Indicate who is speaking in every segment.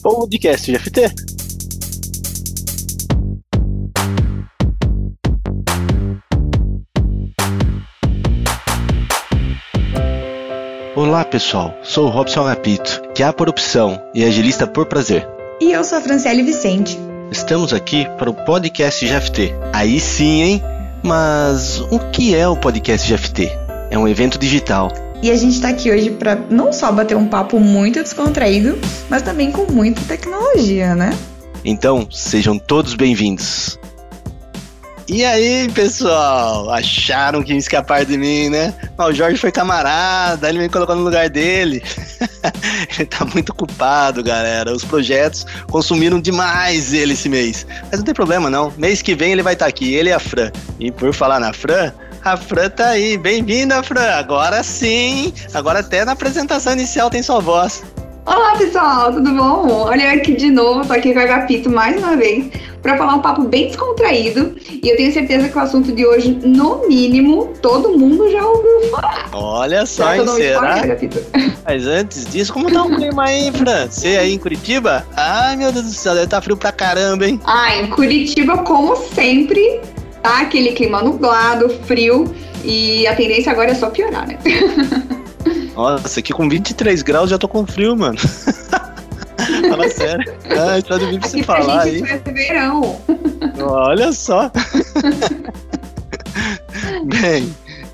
Speaker 1: Podcast GFT. Olá pessoal, sou o Robson Agapito, QA por opção e agilista por prazer.
Speaker 2: E eu sou a Franciele Vicente.
Speaker 1: Estamos aqui para o Podcast GFT. Aí sim, hein? Mas o que é o Podcast GFT? É um evento digital.
Speaker 2: E a gente está aqui hoje para não só bater um papo muito descontraído, mas também com muita tecnologia, né?
Speaker 1: Então, sejam todos bem-vindos. E aí, pessoal? Acharam que iam escapar de mim, né? Mas o Jorge foi camarada, ele me colocou no lugar dele. Ele tá muito ocupado, galera. Os projetos consumiram demais ele esse mês. Mas não tem problema, não. Mês que vem ele vai estar aqui, ele e a Fran. E por falar na Fran, a Fran tá aí. Bem-vinda, Fran. Agora sim. Agora até na apresentação inicial tem sua voz.
Speaker 3: Olá, pessoal. Tudo bom? Olha aqui de novo. Tô aqui com a Agapito mais uma vez para falar um papo bem descontraído. E eu tenho certeza que o assunto de hoje, no mínimo, todo mundo já ouviu falar.
Speaker 1: Olha só, hein? Será? Mas antes disso, como tá o clima aí, Fran? Você aí em Curitiba? Ai, meu Deus do céu, deve estar frio pra caramba, hein?
Speaker 3: Em Curitiba, como sempre, tá aquele clima nublado, frio. E a tendência agora é só piorar, né?
Speaker 1: Nossa, aqui com 23 graus já tô com frio, mano. Fala sério. Só de vir pra você falar aí.
Speaker 3: Isso é verão.
Speaker 1: Olha só. Bem,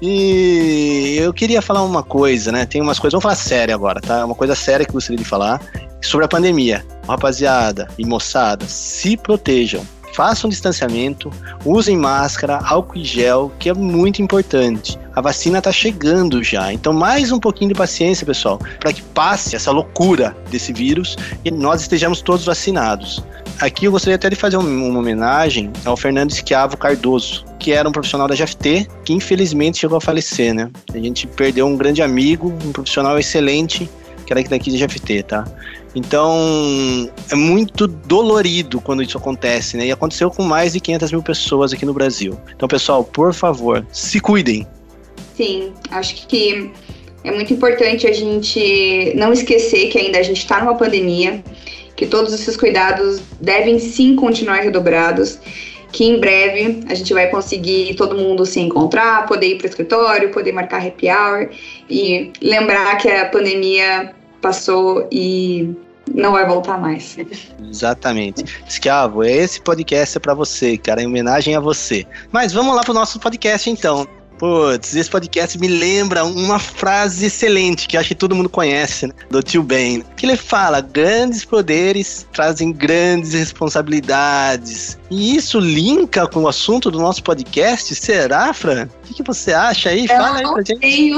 Speaker 1: e eu queria falar uma coisa, né? Tem umas coisas, vamos falar sério agora, tá? Uma coisa séria que eu gostaria de falar sobre a pandemia. Rapaziada e moçada, se protejam. Façam distanciamento, usem máscara, álcool e gel, que é muito importante. A vacina tá chegando já, então mais um pouquinho de paciência, pessoal, para que passe essa loucura desse vírus e nós estejamos todos vacinados. Aqui eu gostaria até de fazer uma homenagem ao Fernando Schiavo Cardoso, que era um profissional da GFT, que infelizmente chegou a falecer, né? A gente perdeu um grande amigo, um profissional excelente, que era daqui da GFT, tá? Então, é muito dolorido quando isso acontece, né? E aconteceu com mais de 500 mil pessoas aqui no Brasil. Então, pessoal, por favor, se cuidem.
Speaker 3: Sim, acho que é muito importante a gente não esquecer que ainda a gente está numa pandemia, que todos esses cuidados devem sim continuar redobrados, que em breve a gente vai conseguir todo mundo se encontrar, poder ir para o escritório, poder marcar happy hour e lembrar que a pandemia passou e não vai voltar mais.
Speaker 1: Exatamente. Schiavo, esse podcast é pra você, cara, em homenagem a você. Mas vamos lá pro nosso podcast então. Putz, esse podcast me lembra uma frase excelente, que acho que todo mundo conhece, né? Do tio Ben, que ele fala, grandes poderes trazem grandes responsabilidades. E isso linka com o assunto do nosso podcast, será, Fran? O que você acha aí? Fala aí pra gente.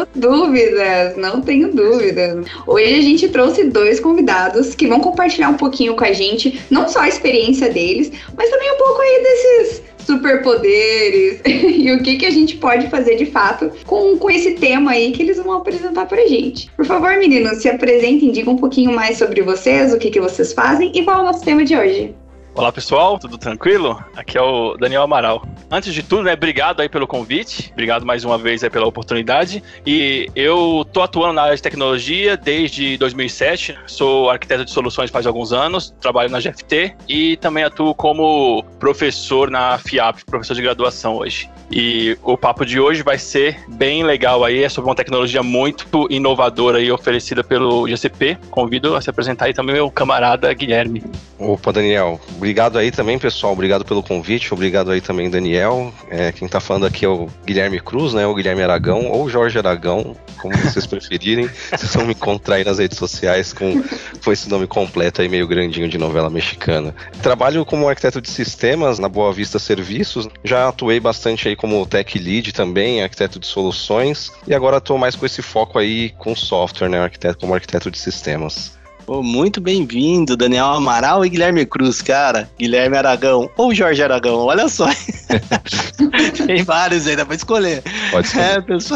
Speaker 3: Não tenho dúvidas. Hoje a gente trouxe 2 convidados que vão compartilhar um pouquinho com a gente, não só a experiência deles, mas também um pouco aí desses superpoderes e o que a gente pode fazer de fato com esse tema aí que eles vão apresentar pra gente. Por favor, meninos, se apresentem, digam um pouquinho mais sobre vocês, o que vocês fazem e qual é o nosso tema de hoje.
Speaker 4: Olá pessoal, tudo tranquilo? Aqui é o Daniel Amaral. Antes de tudo, né, obrigado aí pelo convite, obrigado mais uma vez aí pela oportunidade. E eu tô atuando na área de tecnologia desde 2007, sou arquiteto de soluções faz alguns anos, trabalho na GFT e também atuo como professor na FIAP, professor de graduação hoje. E o papo de hoje vai ser bem legal aí, é sobre uma tecnologia muito inovadora aí oferecida pelo GCP. Convido a se apresentar aí também meu camarada Guilherme.
Speaker 5: Opa, Daniel. Obrigado aí também, pessoal. Obrigado pelo convite. Obrigado aí também, Daniel. Quem tá falando aqui é o Guilherme Cruz, né? O Guilherme Aragão ou Jorge Aragão, como vocês preferirem. Vocês vão me encontrar aí nas redes sociais com esse nome completo aí, meio grandinho de novela mexicana. Trabalho como arquiteto de sistemas na Boa Vista Serviços. Já atuei bastante aí como tech lead também, arquiteto de soluções. E agora estou mais com esse foco aí com software, né? Como arquiteto de sistemas.
Speaker 1: Muito bem-vindo, Daniel Amaral e Guilherme Cruz, cara. Guilherme Aragão ou Jorge Aragão, olha só. Tem vários aí, dá pra escolher.
Speaker 5: Pode ser.
Speaker 1: Pessoal,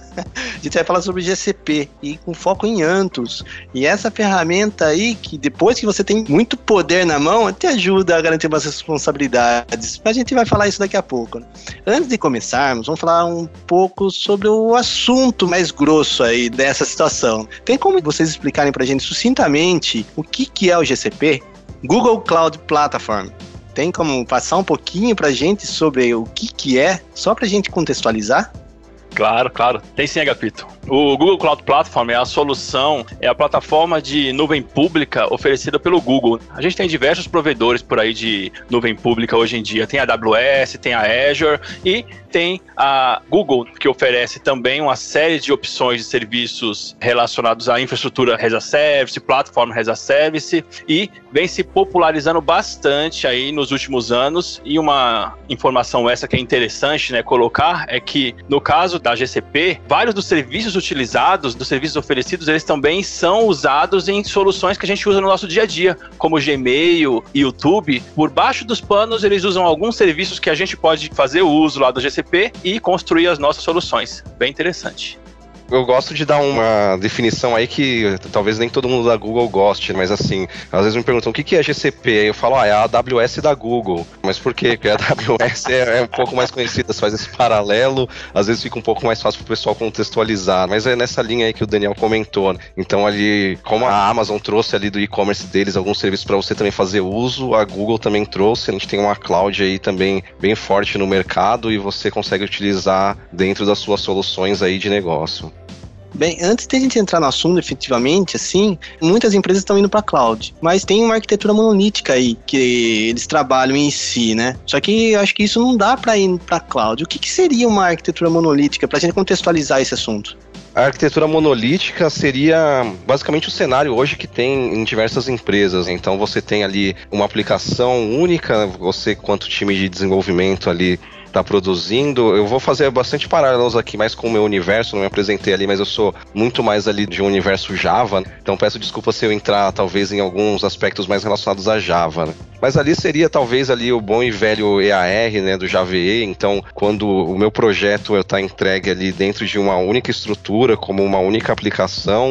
Speaker 1: a gente vai falar sobre GCP e com foco em Anthos. E essa ferramenta aí, que depois que você tem muito poder na mão, te ajuda a garantir umas responsabilidades. A gente vai falar isso daqui a pouco, né? Antes de começarmos, vamos falar um pouco sobre o assunto mais grosso aí dessa situação. Tem como vocês explicarem pra gente sucintamente o que é o GCP? Google Cloud Platform. Tem como passar um pouquinho pra gente sobre o que é, só pra gente contextualizar?
Speaker 4: Claro. Tem sim, Agapito. O Google Cloud Platform é a solução, é a plataforma de nuvem pública oferecida pelo Google. A gente tem diversos provedores por aí de nuvem pública hoje em dia. Tem a AWS, tem a Azure e tem a Google, que oferece também uma série de opções de serviços relacionados à infraestrutura as a Service, Platform as a Service, e vem se popularizando bastante aí nos últimos anos. E uma informação essa que é interessante, né, colocar, é que no caso da GCP, vários dos serviços utilizados, dos serviços oferecidos, eles também são usados em soluções que a gente usa no nosso dia a dia, como Gmail e YouTube. Por baixo dos panos, eles usam alguns serviços que a gente pode fazer uso lá do GCP e construir as nossas soluções. Bem interessante.
Speaker 5: Eu gosto de dar uma definição aí que talvez nem todo mundo da Google goste, mas assim, às vezes me perguntam o que é GCP, aí eu falo, é a AWS da Google. Mas por quê? Porque a AWS é um pouco mais conhecida, faz esse paralelo, às vezes fica um pouco mais fácil pro pessoal contextualizar, mas é nessa linha aí que o Daniel comentou, né? Então ali, como a Amazon trouxe ali do e-commerce deles alguns serviços para você também fazer uso, a Google também trouxe, a gente tem uma cloud aí também bem forte no mercado e você consegue utilizar dentro das suas soluções aí de negócio.
Speaker 1: Bem, antes de a gente entrar no assunto, efetivamente, assim, muitas empresas estão indo para cloud, mas tem uma arquitetura monolítica aí, que eles trabalham em si, né? Só que eu acho que isso não dá para ir para cloud. O que seria uma arquitetura monolítica, para a gente contextualizar esse assunto?
Speaker 5: A arquitetura monolítica seria basicamente o cenário hoje que tem em diversas empresas. Então você tem ali uma aplicação única, você quanto time de desenvolvimento ali está produzindo. Eu vou fazer bastante paralelos aqui mais com o meu universo, não me apresentei ali, mas eu sou muito mais ali de um universo Java, então peço desculpa se eu entrar talvez em alguns aspectos mais relacionados a Java, né? Mas ali seria talvez ali o bom e velho EAR, né, do Java EE. Então quando o meu projeto está entregue ali dentro de uma única estrutura, como uma única aplicação,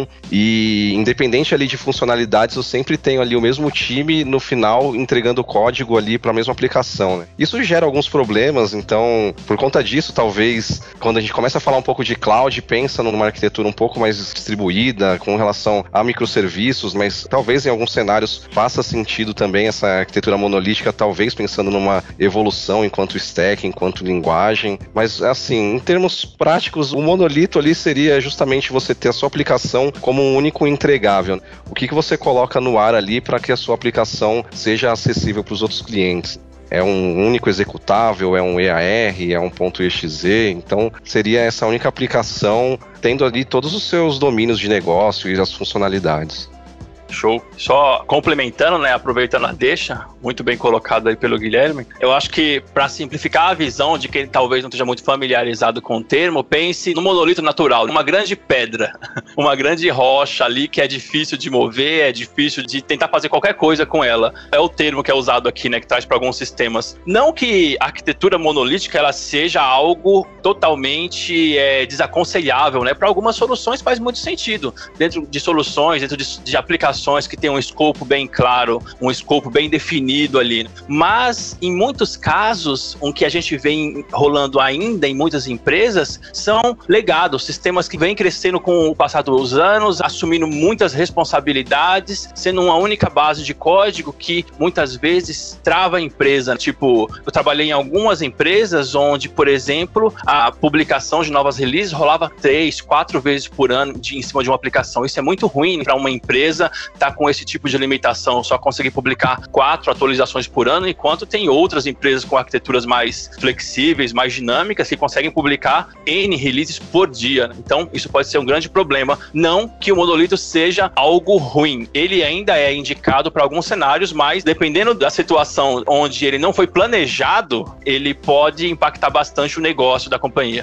Speaker 5: e independente ali de funcionalidades, eu sempre tenho ali o mesmo time no final entregando código ali para a mesma aplicação, né? Isso gera alguns problemas. Então, por conta disso, talvez, quando a gente começa a falar um pouco de cloud, pensa numa arquitetura um pouco mais distribuída, com relação a microserviços, mas talvez em alguns cenários faça sentido também essa arquitetura monolítica, talvez pensando numa evolução enquanto stack, enquanto linguagem. Mas, assim, em termos práticos, o monolito ali seria justamente você ter a sua aplicação como um único entregável. O que você coloca no ar ali para que a sua aplicação seja acessível para os outros clientes? É um único executável, é um EAR, é um .exe, então seria essa única aplicação tendo ali todos os seus domínios de negócio e as funcionalidades.
Speaker 4: Show. Só complementando, né, aproveitando a deixa, muito bem colocado aí pelo Guilherme, eu acho que para simplificar a visão de quem talvez não esteja muito familiarizado com o termo, pense no monolito natural, uma grande pedra, uma grande rocha ali que é difícil de mover, é difícil de tentar fazer qualquer coisa com ela. É o termo que é usado aqui, né, que traz para alguns sistemas. Não que a arquitetura monolítica ela seja algo totalmente desaconselhável, né? Para algumas soluções faz muito sentido. Dentro de soluções, dentro de aplicações que tem um escopo bem claro, um escopo bem definido ali. Mas, em muitos casos, o que a gente vê rolando ainda em muitas empresas são legados, sistemas que vêm crescendo com o passar dos anos, assumindo muitas responsabilidades, sendo uma única base de código que muitas vezes trava a empresa. Tipo, eu trabalhei em algumas empresas onde, por exemplo, a publicação de novas releases rolava 3, 4 vezes por ano em cima de uma aplicação. Isso é muito ruim para uma empresa tá com esse tipo de limitação, só conseguir publicar 4 atualizações por ano, enquanto tem outras empresas com arquiteturas mais flexíveis, mais dinâmicas, que conseguem publicar N releases por dia. Então, isso pode ser um grande problema. Não que o monolito seja algo ruim. Ele ainda é indicado para alguns cenários, mas dependendo da situação onde ele não foi planejado, ele pode impactar bastante o negócio da companhia.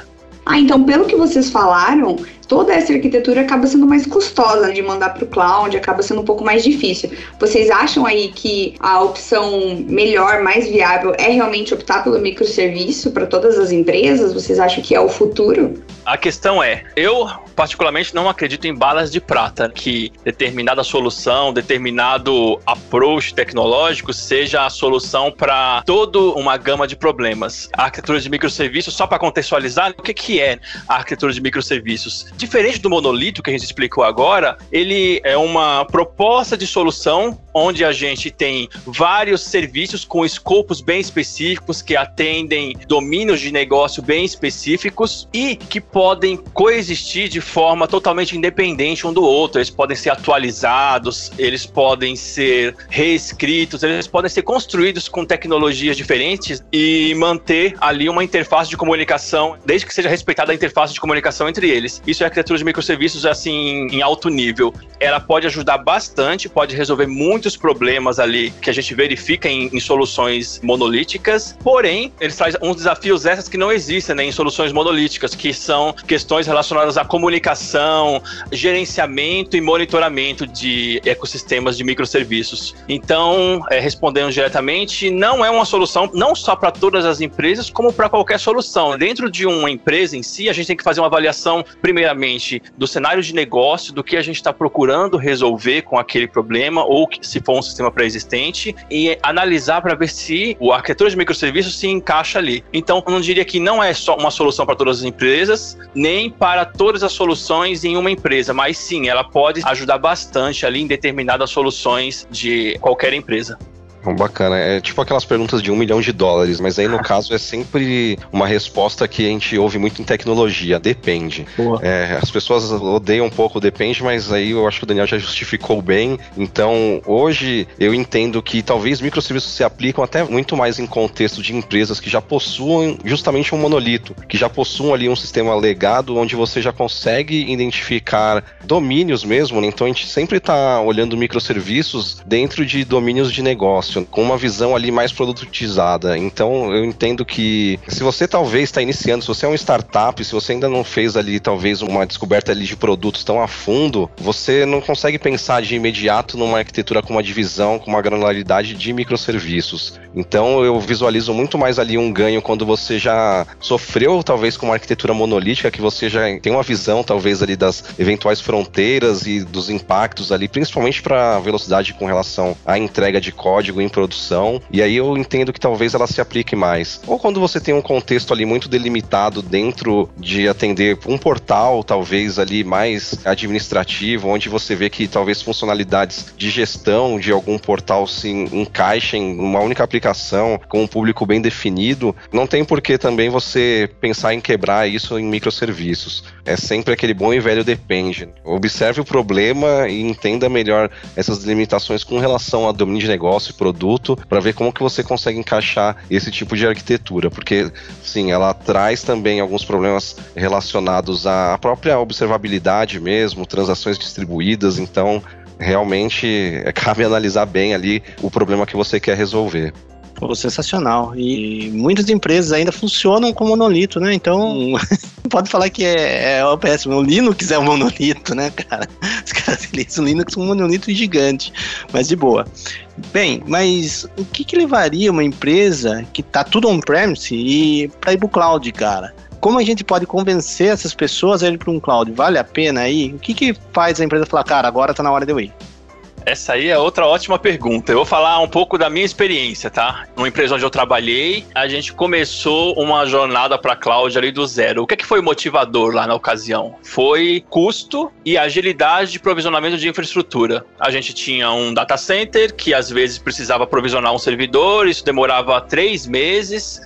Speaker 3: Então pelo que vocês falaram, toda essa arquitetura acaba sendo mais custosa de mandar para o cloud, acaba sendo um pouco mais difícil. Vocês acham aí que a opção melhor, mais viável, é realmente optar pelo microserviço para todas as empresas? Vocês acham que é o futuro?
Speaker 4: A questão é, eu particularmente não acredito em balas de prata, que determinada solução, determinado approach tecnológico seja a solução para toda uma gama de problemas. A arquitetura de microserviços, só para contextualizar, o que é a arquitetura de microserviços? Diferente do monolito que a gente explicou agora, ele é uma proposta de solução onde a gente tem vários serviços com escopos bem específicos que atendem domínios de negócio bem específicos e que podem coexistir de forma totalmente independente um do outro. Eles podem ser atualizados, eles podem ser reescritos, eles podem ser construídos com tecnologias diferentes e manter ali uma interface de comunicação, desde que seja respeitada a interface de comunicação entre eles. Isso é arquitetura de microserviços assim, em alto nível. Ela pode ajudar bastante, pode resolver muitos problemas ali que a gente verifica em soluções monolíticas, porém, eles trazem uns desafios extras que não existem, né, em soluções monolíticas, que são questões relacionadas à comunicação, gerenciamento e monitoramento de ecossistemas de microserviços. Então, respondendo diretamente, não é uma solução não só para todas as empresas, como para qualquer solução. Dentro de uma empresa em si, a gente tem que fazer uma avaliação, primeiramente, do cenário de negócio, do que a gente está procurando resolver com aquele problema, ou se for um sistema pré-existente, e analisar para ver se a arquitetura de microserviços se encaixa ali. Então, eu não diria que não é só uma solução para todas as empresas, nem para todas as soluções em uma empresa, mas sim, ela pode ajudar bastante ali em determinadas soluções de qualquer empresa.
Speaker 5: Bacana, é tipo aquelas perguntas de $1 milhão, mas aí no caso é sempre uma resposta que a gente ouve muito em tecnologia, depende. As pessoas odeiam um pouco o depende, mas aí eu acho que o Daniel já justificou bem. Então hoje eu entendo que talvez microserviços se aplicam até muito mais em contexto de empresas que já possuem justamente um monolito, que já possuem ali um sistema legado onde você já consegue identificar domínios mesmo, né? Então a gente sempre está olhando microserviços dentro de domínios de negócio, com uma visão ali mais produtizada. Então eu entendo que se você talvez está iniciando, se você é uma startup, se você ainda não fez ali talvez uma descoberta ali de produtos tão a fundo, você não consegue pensar de imediato numa arquitetura com uma divisão, com uma granularidade de microserviços. Então eu visualizo muito mais ali um ganho quando você já sofreu talvez com uma arquitetura monolítica, que você já tem uma visão talvez ali das eventuais fronteiras e dos impactos ali, principalmente para velocidade com relação à entrega de código em produção, e aí eu entendo que talvez ela se aplique mais. Ou quando você tem um contexto ali muito delimitado dentro de atender um portal, talvez ali mais administrativo, onde você vê que talvez funcionalidades de gestão de algum portal se encaixem numa única aplicação, com um público bem definido, não tem por que também você pensar em quebrar isso em microserviços. É sempre aquele bom e velho depende. Observe o problema e entenda melhor essas limitações com relação a domínio de negócio e produto, para ver como que você consegue encaixar esse tipo de arquitetura, porque sim, ela traz também alguns problemas relacionados à própria observabilidade mesmo, transações distribuídas, então realmente cabe analisar bem ali o problema que você quer resolver.
Speaker 1: Pô, sensacional. E muitas empresas ainda funcionam com monolito, né? Então, pode falar que é péssimo. O Linux é um monolito, né, cara? Os caras utilizam o Linux um monolito gigante, mas de boa. Bem, mas o que levaria uma empresa que tá tudo on-premise para ir pro cloud, cara? Como a gente pode convencer essas pessoas a ir para um cloud? Vale a pena aí? O que faz a empresa falar, cara, agora tá na hora de eu ir?
Speaker 4: Essa aí é outra ótima pergunta. Eu vou falar um pouco da minha experiência, tá? Numa empresa onde eu trabalhei, a gente começou uma jornada para cloud ali do zero. O que é que foi motivador lá na ocasião? Foi custo e agilidade de provisionamento de infraestrutura. A gente tinha um data center que às vezes precisava provisionar um servidor, isso demorava 3 meses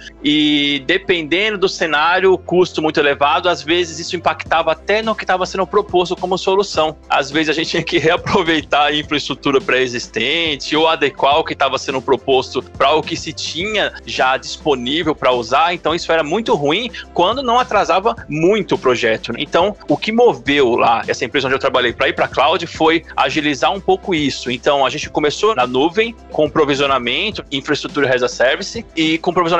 Speaker 4: e dependendo do cenário, custo muito elevado, às vezes isso impactava até no que estava sendo proposto como solução. Às vezes a gente tinha que reaproveitar a infraestrutura pré-existente ou adequar o que estava sendo proposto para o que se tinha já disponível para usar, então isso era muito ruim quando não atrasava muito o projeto. Então, o que moveu lá essa empresa onde eu trabalhei para ir para a cloud foi agilizar um pouco isso. Então, a gente começou na nuvem com provisionamento, infraestrutura as a service e com provisionamento de servidores.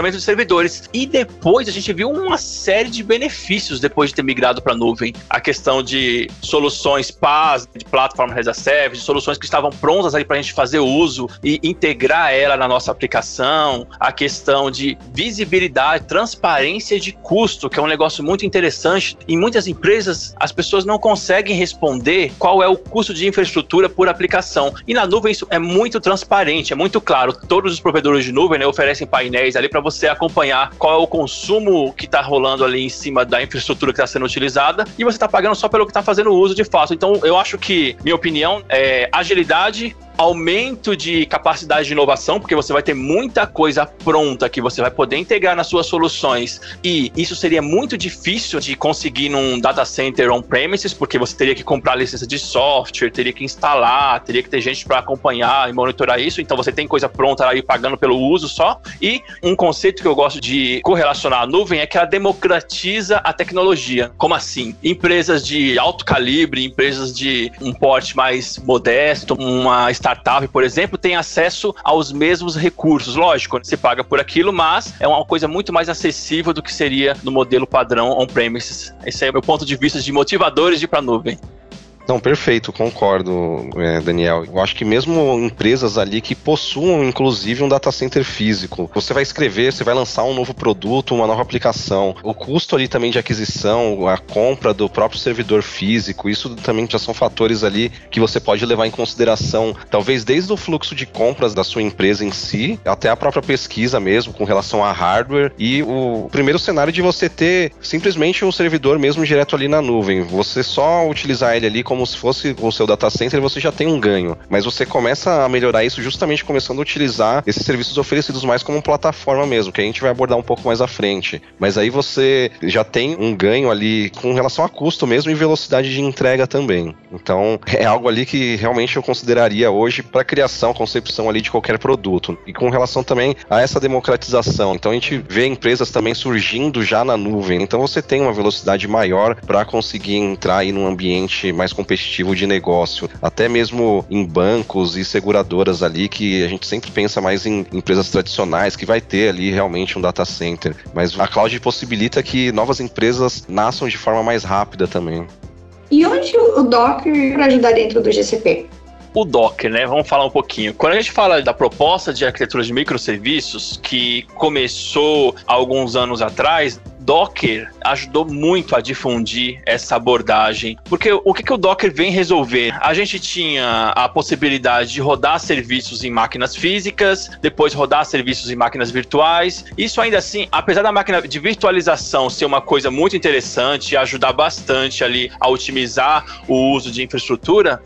Speaker 4: provedores. E depois a gente viu uma série de benefícios depois de ter migrado para a nuvem. A questão de soluções PaaS, de Platform as a Service, de soluções que estavam prontas aí para a gente fazer uso e integrar ela na nossa aplicação. A questão de visibilidade, transparência de custo, que é um negócio muito interessante. Em muitas empresas, as pessoas não conseguem responder qual é o custo de infraestrutura por aplicação. E na nuvem isso é muito transparente, é muito claro. Todos os provedores de nuvem, né, oferecem painéis ali para você acompanhar qual é o consumo que está rolando ali em cima da infraestrutura que está sendo utilizada e você está pagando só pelo que está fazendo uso de fato. Então, eu acho que, minha opinião, é agilidade, aumento de capacidade de inovação, porque você vai ter muita coisa pronta que você vai poder integrar nas suas soluções, e isso seria muito difícil de conseguir num data center on-premises, porque você teria que comprar licença de software, teria que instalar, teria que ter gente para acompanhar e monitorar isso. Então você tem coisa pronta aí pagando pelo uso só. E um conceito que eu gosto de correlacionar à nuvem é que ela democratiza a tecnologia. Como assim? Empresas de alto calibre, empresas de um porte mais modesto, uma startup, por exemplo, tem acesso aos mesmos recursos. Lógico, você paga por aquilo, mas é uma coisa muito mais acessível do que seria no modelo padrão on-premises. Esse é o meu ponto de vista de motivadores de ir para a nuvem.
Speaker 5: Não, perfeito, concordo, Daniel. Eu acho que mesmo empresas ali que possuam, inclusive, um data center físico, você vai escrever, você vai lançar um novo produto, uma nova aplicação. O custo ali também de aquisição, a compra do próprio servidor físico, isso também já são fatores ali que você pode levar em consideração, talvez desde o fluxo de compras da sua empresa em si, até a própria pesquisa mesmo, com relação a hardware, e o primeiro cenário de você ter simplesmente um servidor mesmo direto ali na nuvem. Você só utilizar ele ali como se fosse o seu data center, você já tem um ganho. Mas você começa a melhorar isso justamente começando a utilizar esses serviços oferecidos mais como plataforma mesmo, que a gente vai abordar um pouco mais à frente. Mas aí você já tem um ganho ali com relação a custo mesmo e velocidade de entrega também. Então, é algo ali que realmente eu consideraria hoje para criação, concepção ali de qualquer produto. E com relação também a essa democratização. Então, a gente vê empresas também surgindo já na nuvem. Então, você tem uma velocidade maior para conseguir entrar aí num ambiente mais competitivo de negócio, até mesmo em bancos e seguradoras ali, que a gente sempre pensa mais em empresas tradicionais, que vai ter ali realmente um data center, mas a cloud possibilita que novas empresas nasçam de forma mais rápida também.
Speaker 3: E onde o Docker para ajudar dentro do GCP?
Speaker 4: O Docker, né? Vamos falar um pouquinho. Quando a gente fala da proposta de arquitetura de microserviços, que começou há alguns anos atrás, Docker ajudou muito a difundir essa abordagem, porque o que o Docker vem resolver? A gente tinha a possibilidade de rodar serviços em máquinas físicas, depois rodar serviços em máquinas virtuais. Isso ainda assim, apesar da máquina de virtualização ser uma coisa muito interessante e ajudar bastante ali a otimizar o uso de infraestrutura,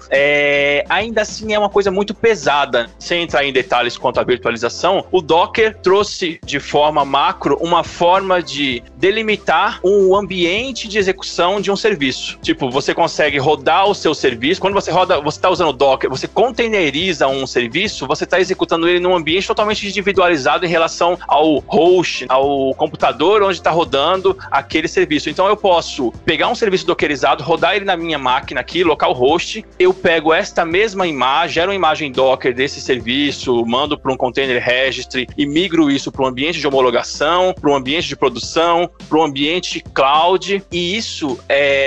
Speaker 4: ainda assim é uma coisa muito pesada. Sem entrar em detalhes quanto à virtualização, o Docker trouxe de forma macro uma forma de delimitar um ambiente de execução de um serviço. Tipo, você consegue rodar o seu serviço. Quando você roda, você está usando o Docker, você containeriza um serviço, você está executando ele num ambiente totalmente individualizado em relação ao host, ao computador onde está rodando aquele serviço. Então eu posso pegar um serviço dockerizado, rodar ele na minha máquina aqui, local host, eu pego esta mesma imagem, gero uma imagem Docker desse serviço, mando para um container registry e migro isso para um ambiente de homologação, para um ambiente de produção, para o ambiente cloud, e isso é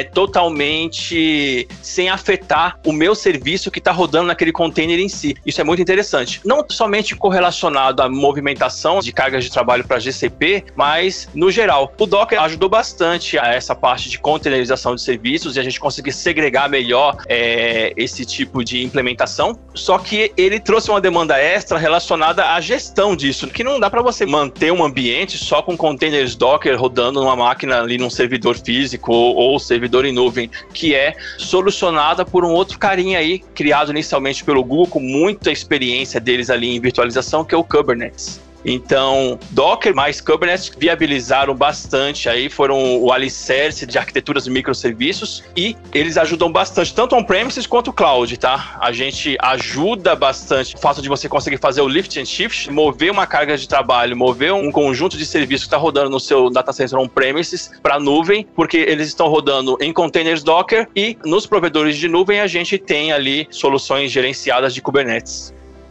Speaker 4: totalmente sem afetar o meu serviço que está rodando naquele container em si. Isso é muito interessante. Não somente correlacionado à movimentação de cargas de trabalho para GCP, mas no geral. O Docker ajudou bastante a essa parte de containerização de serviços e a gente conseguir segregar melhor esse tipo de implementação. Só que ele trouxe uma demanda extra relacionada à gestão disso, que não dá para você manter um ambiente só com containers Docker rodando numa máquina ali num servidor físico ou servidor em nuvem, que é solucionada por um outro carinha aí, criado inicialmente pelo Google, com muita experiência deles ali em virtualização, que é o Kubernetes. Então, Docker mais Kubernetes viabilizaram bastante, aí foram o alicerce de arquiteturas de microserviços, e eles ajudam bastante, tanto on-premises quanto cloud, tá? A gente ajuda bastante o fato de você conseguir fazer o lift and shift, mover uma carga de trabalho, mover um conjunto de serviços que está rodando no seu data center on-premises para a nuvem, porque eles estão rodando em containers Docker, e nos provedores de nuvem a gente tem ali soluções gerenciadas de Kubernetes.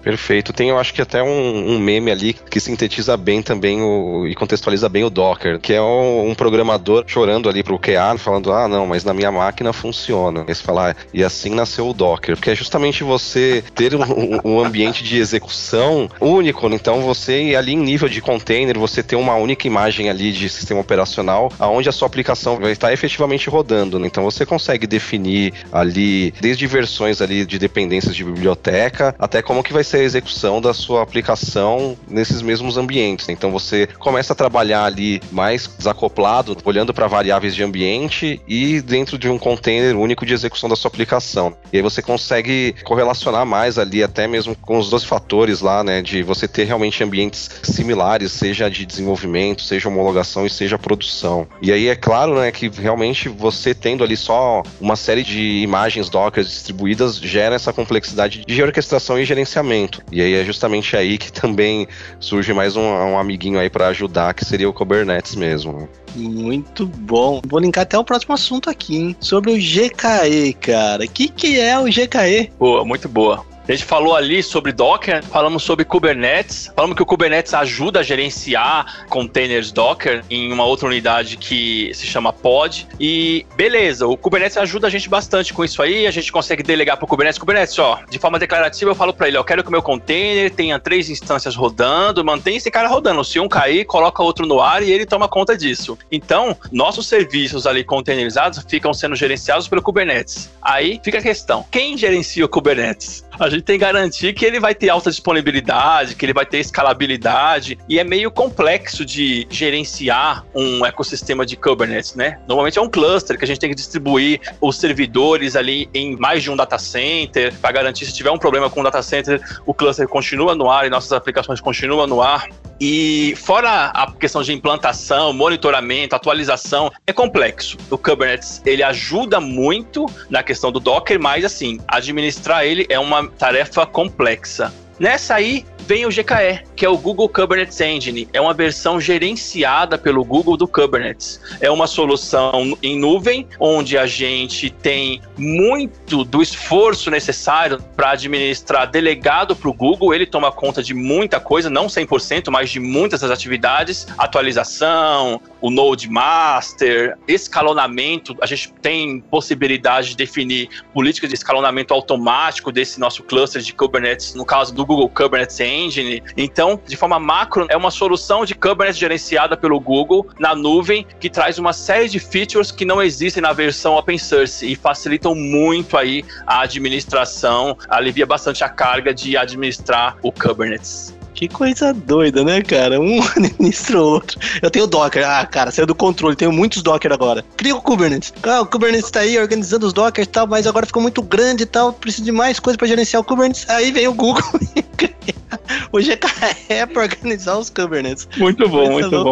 Speaker 5: Perfeito. Tem, eu acho que até um meme ali que sintetiza bem também e contextualiza bem o Docker, que é um programador chorando ali pro QA, falando, não, mas na minha máquina funciona. Aí você fala, e assim nasceu o Docker, porque é justamente você ter um ambiente de execução único, então você ali em nível de container, você ter uma única imagem ali de sistema operacional, aonde a sua aplicação vai estar efetivamente rodando, né? Então você consegue definir ali, desde versões ali de dependências de biblioteca, até como que vai ser a execução da sua aplicação nesses mesmos ambientes. Então você começa a trabalhar ali mais desacoplado, olhando para variáveis de ambiente e dentro de um container único de execução da sua aplicação. E aí você consegue correlacionar mais ali, até mesmo com os 12 fatores lá, né, de você ter realmente ambientes similares, seja de desenvolvimento, seja homologação e seja produção. E aí é claro, né, que realmente você tendo ali só uma série de imagens Docker distribuídas gera essa complexidade de orquestração e gerenciamento. E aí é justamente aí que também surge mais um amiguinho aí para ajudar, que seria o Kubernetes mesmo, né?
Speaker 1: Muito bom. Vou linkar até o próximo assunto aqui, hein? Sobre o GKE, cara. O que é o GKE?
Speaker 4: Boa, muito boa. A gente falou ali sobre Docker, falamos sobre Kubernetes, falamos que o Kubernetes ajuda a gerenciar containers Docker em uma outra unidade que se chama Pod. E beleza, o Kubernetes ajuda a gente bastante com isso aí, a gente consegue delegar para o Kubernetes. Kubernetes, de forma declarativa eu falo para ele, eu quero que o meu container tenha 3 instâncias rodando, mantém esse cara rodando. Se um cair, coloca outro no ar e ele toma conta disso. Então, nossos serviços ali containerizados ficam sendo gerenciados pelo Kubernetes. Aí fica a questão, quem gerencia o Kubernetes? A gente tem que garantir que ele vai ter alta disponibilidade, que ele vai ter escalabilidade, e é meio complexo de gerenciar um ecossistema de Kubernetes, né? Normalmente é um cluster que a gente tem que distribuir os servidores ali em mais de um data center, para garantir, se tiver um problema com o data center, o cluster continua no ar e nossas aplicações continuam no ar. E fora a questão de implantação, monitoramento, atualização, é complexo. O Kubernetes, ele ajuda muito na questão do Docker, mas assim, administrar ele é uma tarefa complexa. Nessa aí vem o GKE, que é o Google Kubernetes Engine. É uma versão gerenciada pelo Google do Kubernetes. É uma solução em nuvem, onde a gente tem muito do esforço necessário para administrar delegado para o Google. Ele toma conta de muita coisa, não 100%, mas de muitas das atividades. Atualização, o Node Master, escalonamento. A gente tem possibilidade de definir políticas de escalonamento automático desse nosso cluster de Kubernetes, no caso do Google Kubernetes Engine. Então, de forma macro, é uma solução de Kubernetes gerenciada pelo Google na nuvem, que traz uma série de features que não existem na versão open source e facilitam muito aí a administração, alivia bastante a carga de administrar o Kubernetes.
Speaker 1: Que coisa doida, né, cara? Um administra o outro. Eu tenho Docker. Cara, saiu do controle. Tenho muitos Docker agora. Cria o Kubernetes. O Kubernetes tá aí organizando os Docker e tal, mas agora ficou muito grande e tal. Preciso de mais coisa pra gerenciar o Kubernetes. Aí vem o Google e cria o GKE pra organizar os Kubernetes.
Speaker 4: Muito bom, muito bom.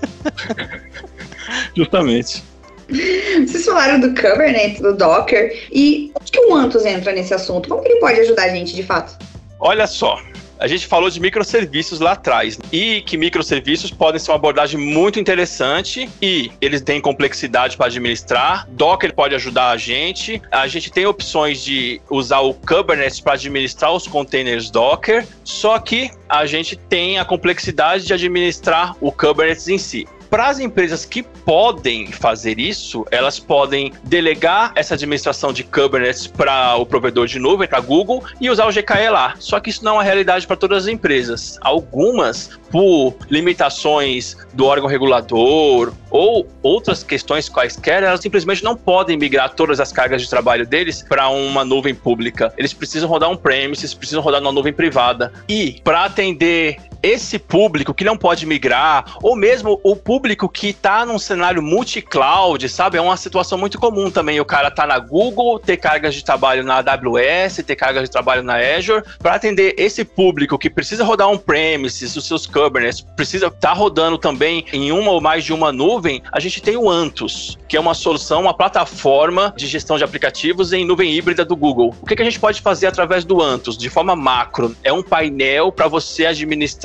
Speaker 4: Justamente.
Speaker 3: Vocês falaram do Kubernetes, do Docker. E onde que o Anthos entra nesse assunto? Como que ele pode ajudar a gente, de fato?
Speaker 4: Olha só. A gente falou de microserviços lá atrás e que microserviços podem ser uma abordagem muito interessante e eles têm complexidade para administrar. Docker pode ajudar a gente. A gente tem opções de usar o Kubernetes para administrar os containers Docker, só que a gente tem a complexidade de administrar o Kubernetes em si. Para as empresas que podem fazer isso, elas podem delegar essa administração de Kubernetes para o provedor de nuvem, para Google, e usar o GKE lá. Só que isso não é uma realidade para todas as empresas. Algumas, por limitações do órgão regulador ou outras questões quaisquer, elas simplesmente não podem migrar todas as cargas de trabalho deles para uma nuvem pública. Eles precisam rodar on-premises, precisam rodar numa nuvem privada. E para atender esse público que não pode migrar, ou mesmo o público que está num cenário multi-cloud, sabe? É uma situação muito comum também. O cara tá na Google, ter cargas de trabalho na AWS, ter cargas de trabalho na Azure. Para atender esse público que precisa rodar on-premises, os seus Kubernetes, precisa estar rodando também em uma ou mais de uma nuvem, a gente tem o Anthos, que é uma solução, uma plataforma de gestão de aplicativos em nuvem híbrida do Google. O que a gente pode fazer através do Anthos? De forma macro, é um painel para você administrar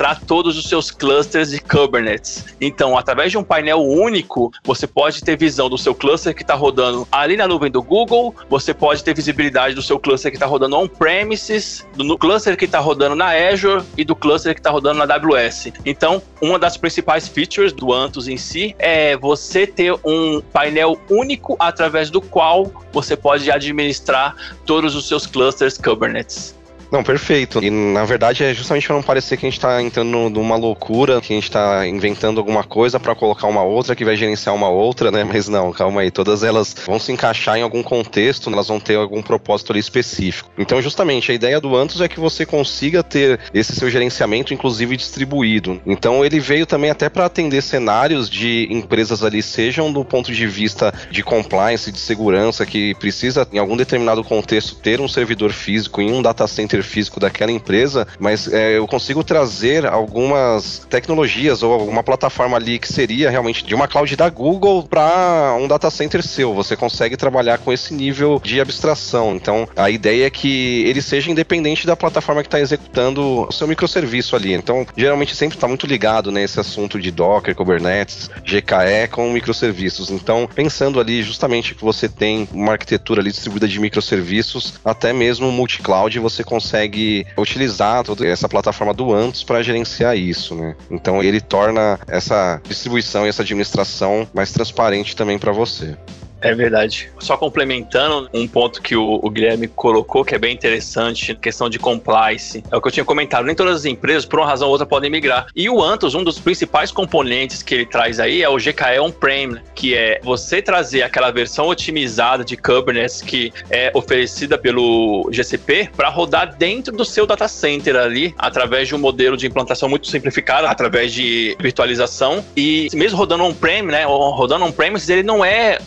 Speaker 4: administrar todos os seus clusters de Kubernetes. Então, através de um painel único, você pode ter visão do seu cluster que está rodando ali na nuvem do Google, você pode ter visibilidade do seu cluster que está rodando on-premises, do cluster que está rodando na Azure e do cluster que está rodando na AWS. Então, uma das principais features do Anthos em si é você ter um painel único através do qual você pode administrar todos os seus clusters Kubernetes.
Speaker 5: Não, perfeito. E na verdade é justamente para não parecer que a gente está entrando numa loucura, que a gente está inventando alguma coisa para colocar uma outra que vai gerenciar uma outra, né? Mas não, calma aí. Todas elas vão se encaixar em algum contexto, elas vão ter algum propósito ali específico. Então, justamente, a ideia do Anthos é que você consiga ter esse seu gerenciamento, inclusive distribuído. Então, ele veio também até para atender cenários de empresas ali, sejam do ponto de vista de compliance, de segurança, que precisa, em algum determinado contexto, ter um servidor físico em um data center físico daquela empresa, mas eu consigo trazer algumas tecnologias ou alguma plataforma ali que seria realmente de uma cloud da Google para um data center seu. Você consegue trabalhar com esse nível de abstração. Então, a ideia é que ele seja independente da plataforma que está executando o seu microserviço ali. Então, geralmente sempre está muito ligado nesse assunto de Docker, Kubernetes, GKE com microserviços. Então, pensando ali justamente que você tem uma arquitetura ali distribuída de microserviços, até mesmo multi-cloud, você consegue utilizar toda essa plataforma do Anthos para gerenciar isso, né? Então ele torna essa distribuição e essa administração mais transparente também para você.
Speaker 4: É verdade. Só complementando um ponto que o Guilherme colocou, que é bem interessante, questão de compliance. É o que eu tinha comentado. Nem todas as empresas, por uma razão ou outra, podem migrar. E o Anthos, um dos principais componentes que ele traz aí é o GKE On-Prem, que é você trazer aquela versão otimizada de Kubernetes que é oferecida pelo GCP para rodar dentro do seu data center ali, através de um modelo de implantação muito simplificado, através de virtualização. E mesmo rodando on-prem, né? Rodando on-premise, ele não é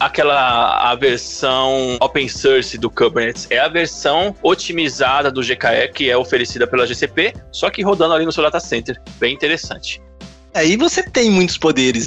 Speaker 4: a versão open source do Kubernetes, é a versão otimizada do GKE que é oferecida pela GCP, só que rodando ali no seu data center. Bem interessante.
Speaker 1: Aí você tem muitos poderes.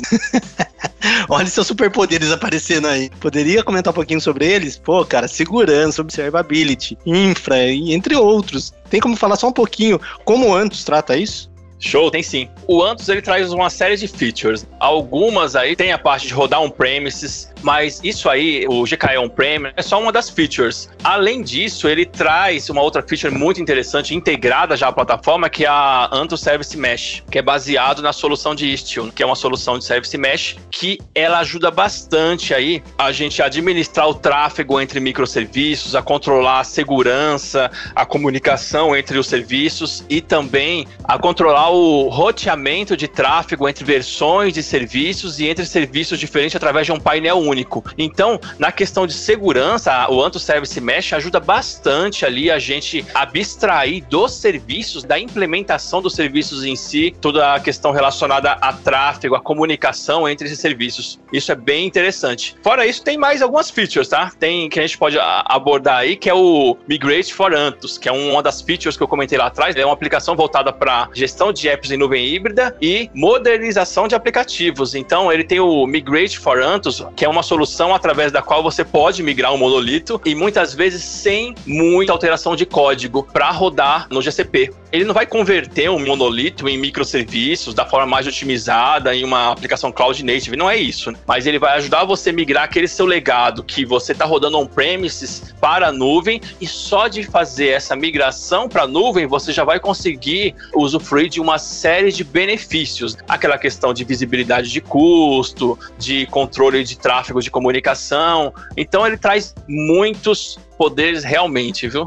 Speaker 1: Olha seus superpoderes aparecendo aí. Poderia comentar um pouquinho sobre eles? Pô, cara, segurança, observability, infra, e entre outros. Tem como falar só um pouquinho como o Anthos trata isso?
Speaker 4: Show, tem sim. O Anthos, ele traz uma série de features. Algumas aí tem a parte de rodar on-premises, mas isso aí, o GKE On-Prem, é só uma das features. Além disso, ele traz uma outra feature muito interessante, integrada já à plataforma, que é a Anthos Service Mesh, que é baseado na solução de Istio, que é uma solução de Service Mesh, que ela ajuda bastante aí a gente a administrar o tráfego entre microserviços, a controlar a segurança, a comunicação entre os serviços e também a controlar o roteamento de tráfego entre versões de serviços e entre serviços diferentes através de um painel único. Então, na questão de segurança, o Anthos Service Mesh ajuda bastante ali a gente abstrair dos serviços, da implementação dos serviços em si, toda a questão relacionada a tráfego, a comunicação entre esses serviços. Isso é bem interessante. Fora isso, tem mais algumas features, tá? Tem que a gente pode abordar aí, que é o Migrate for Anthos, que é uma das features que eu comentei lá atrás. É uma aplicação voltada para gestão de apps em nuvem híbrida e modernização de aplicativos. Então, ele tem o Migrate for Anthos, que é uma solução através da qual você pode migrar um monolito e muitas vezes sem muita alteração de código para rodar no GCP. Ele não vai converter um monolito em microserviços da forma mais otimizada em uma aplicação cloud native, não é isso, né? Mas ele vai ajudar você a migrar aquele seu legado que você está rodando on-premises para a nuvem, e só de fazer essa migração para a nuvem você já vai conseguir usufruir de uma série de benefícios. Aquela questão de visibilidade de custo, de controle de tráfego de comunicação. Então ele traz muitos poderes realmente, viu?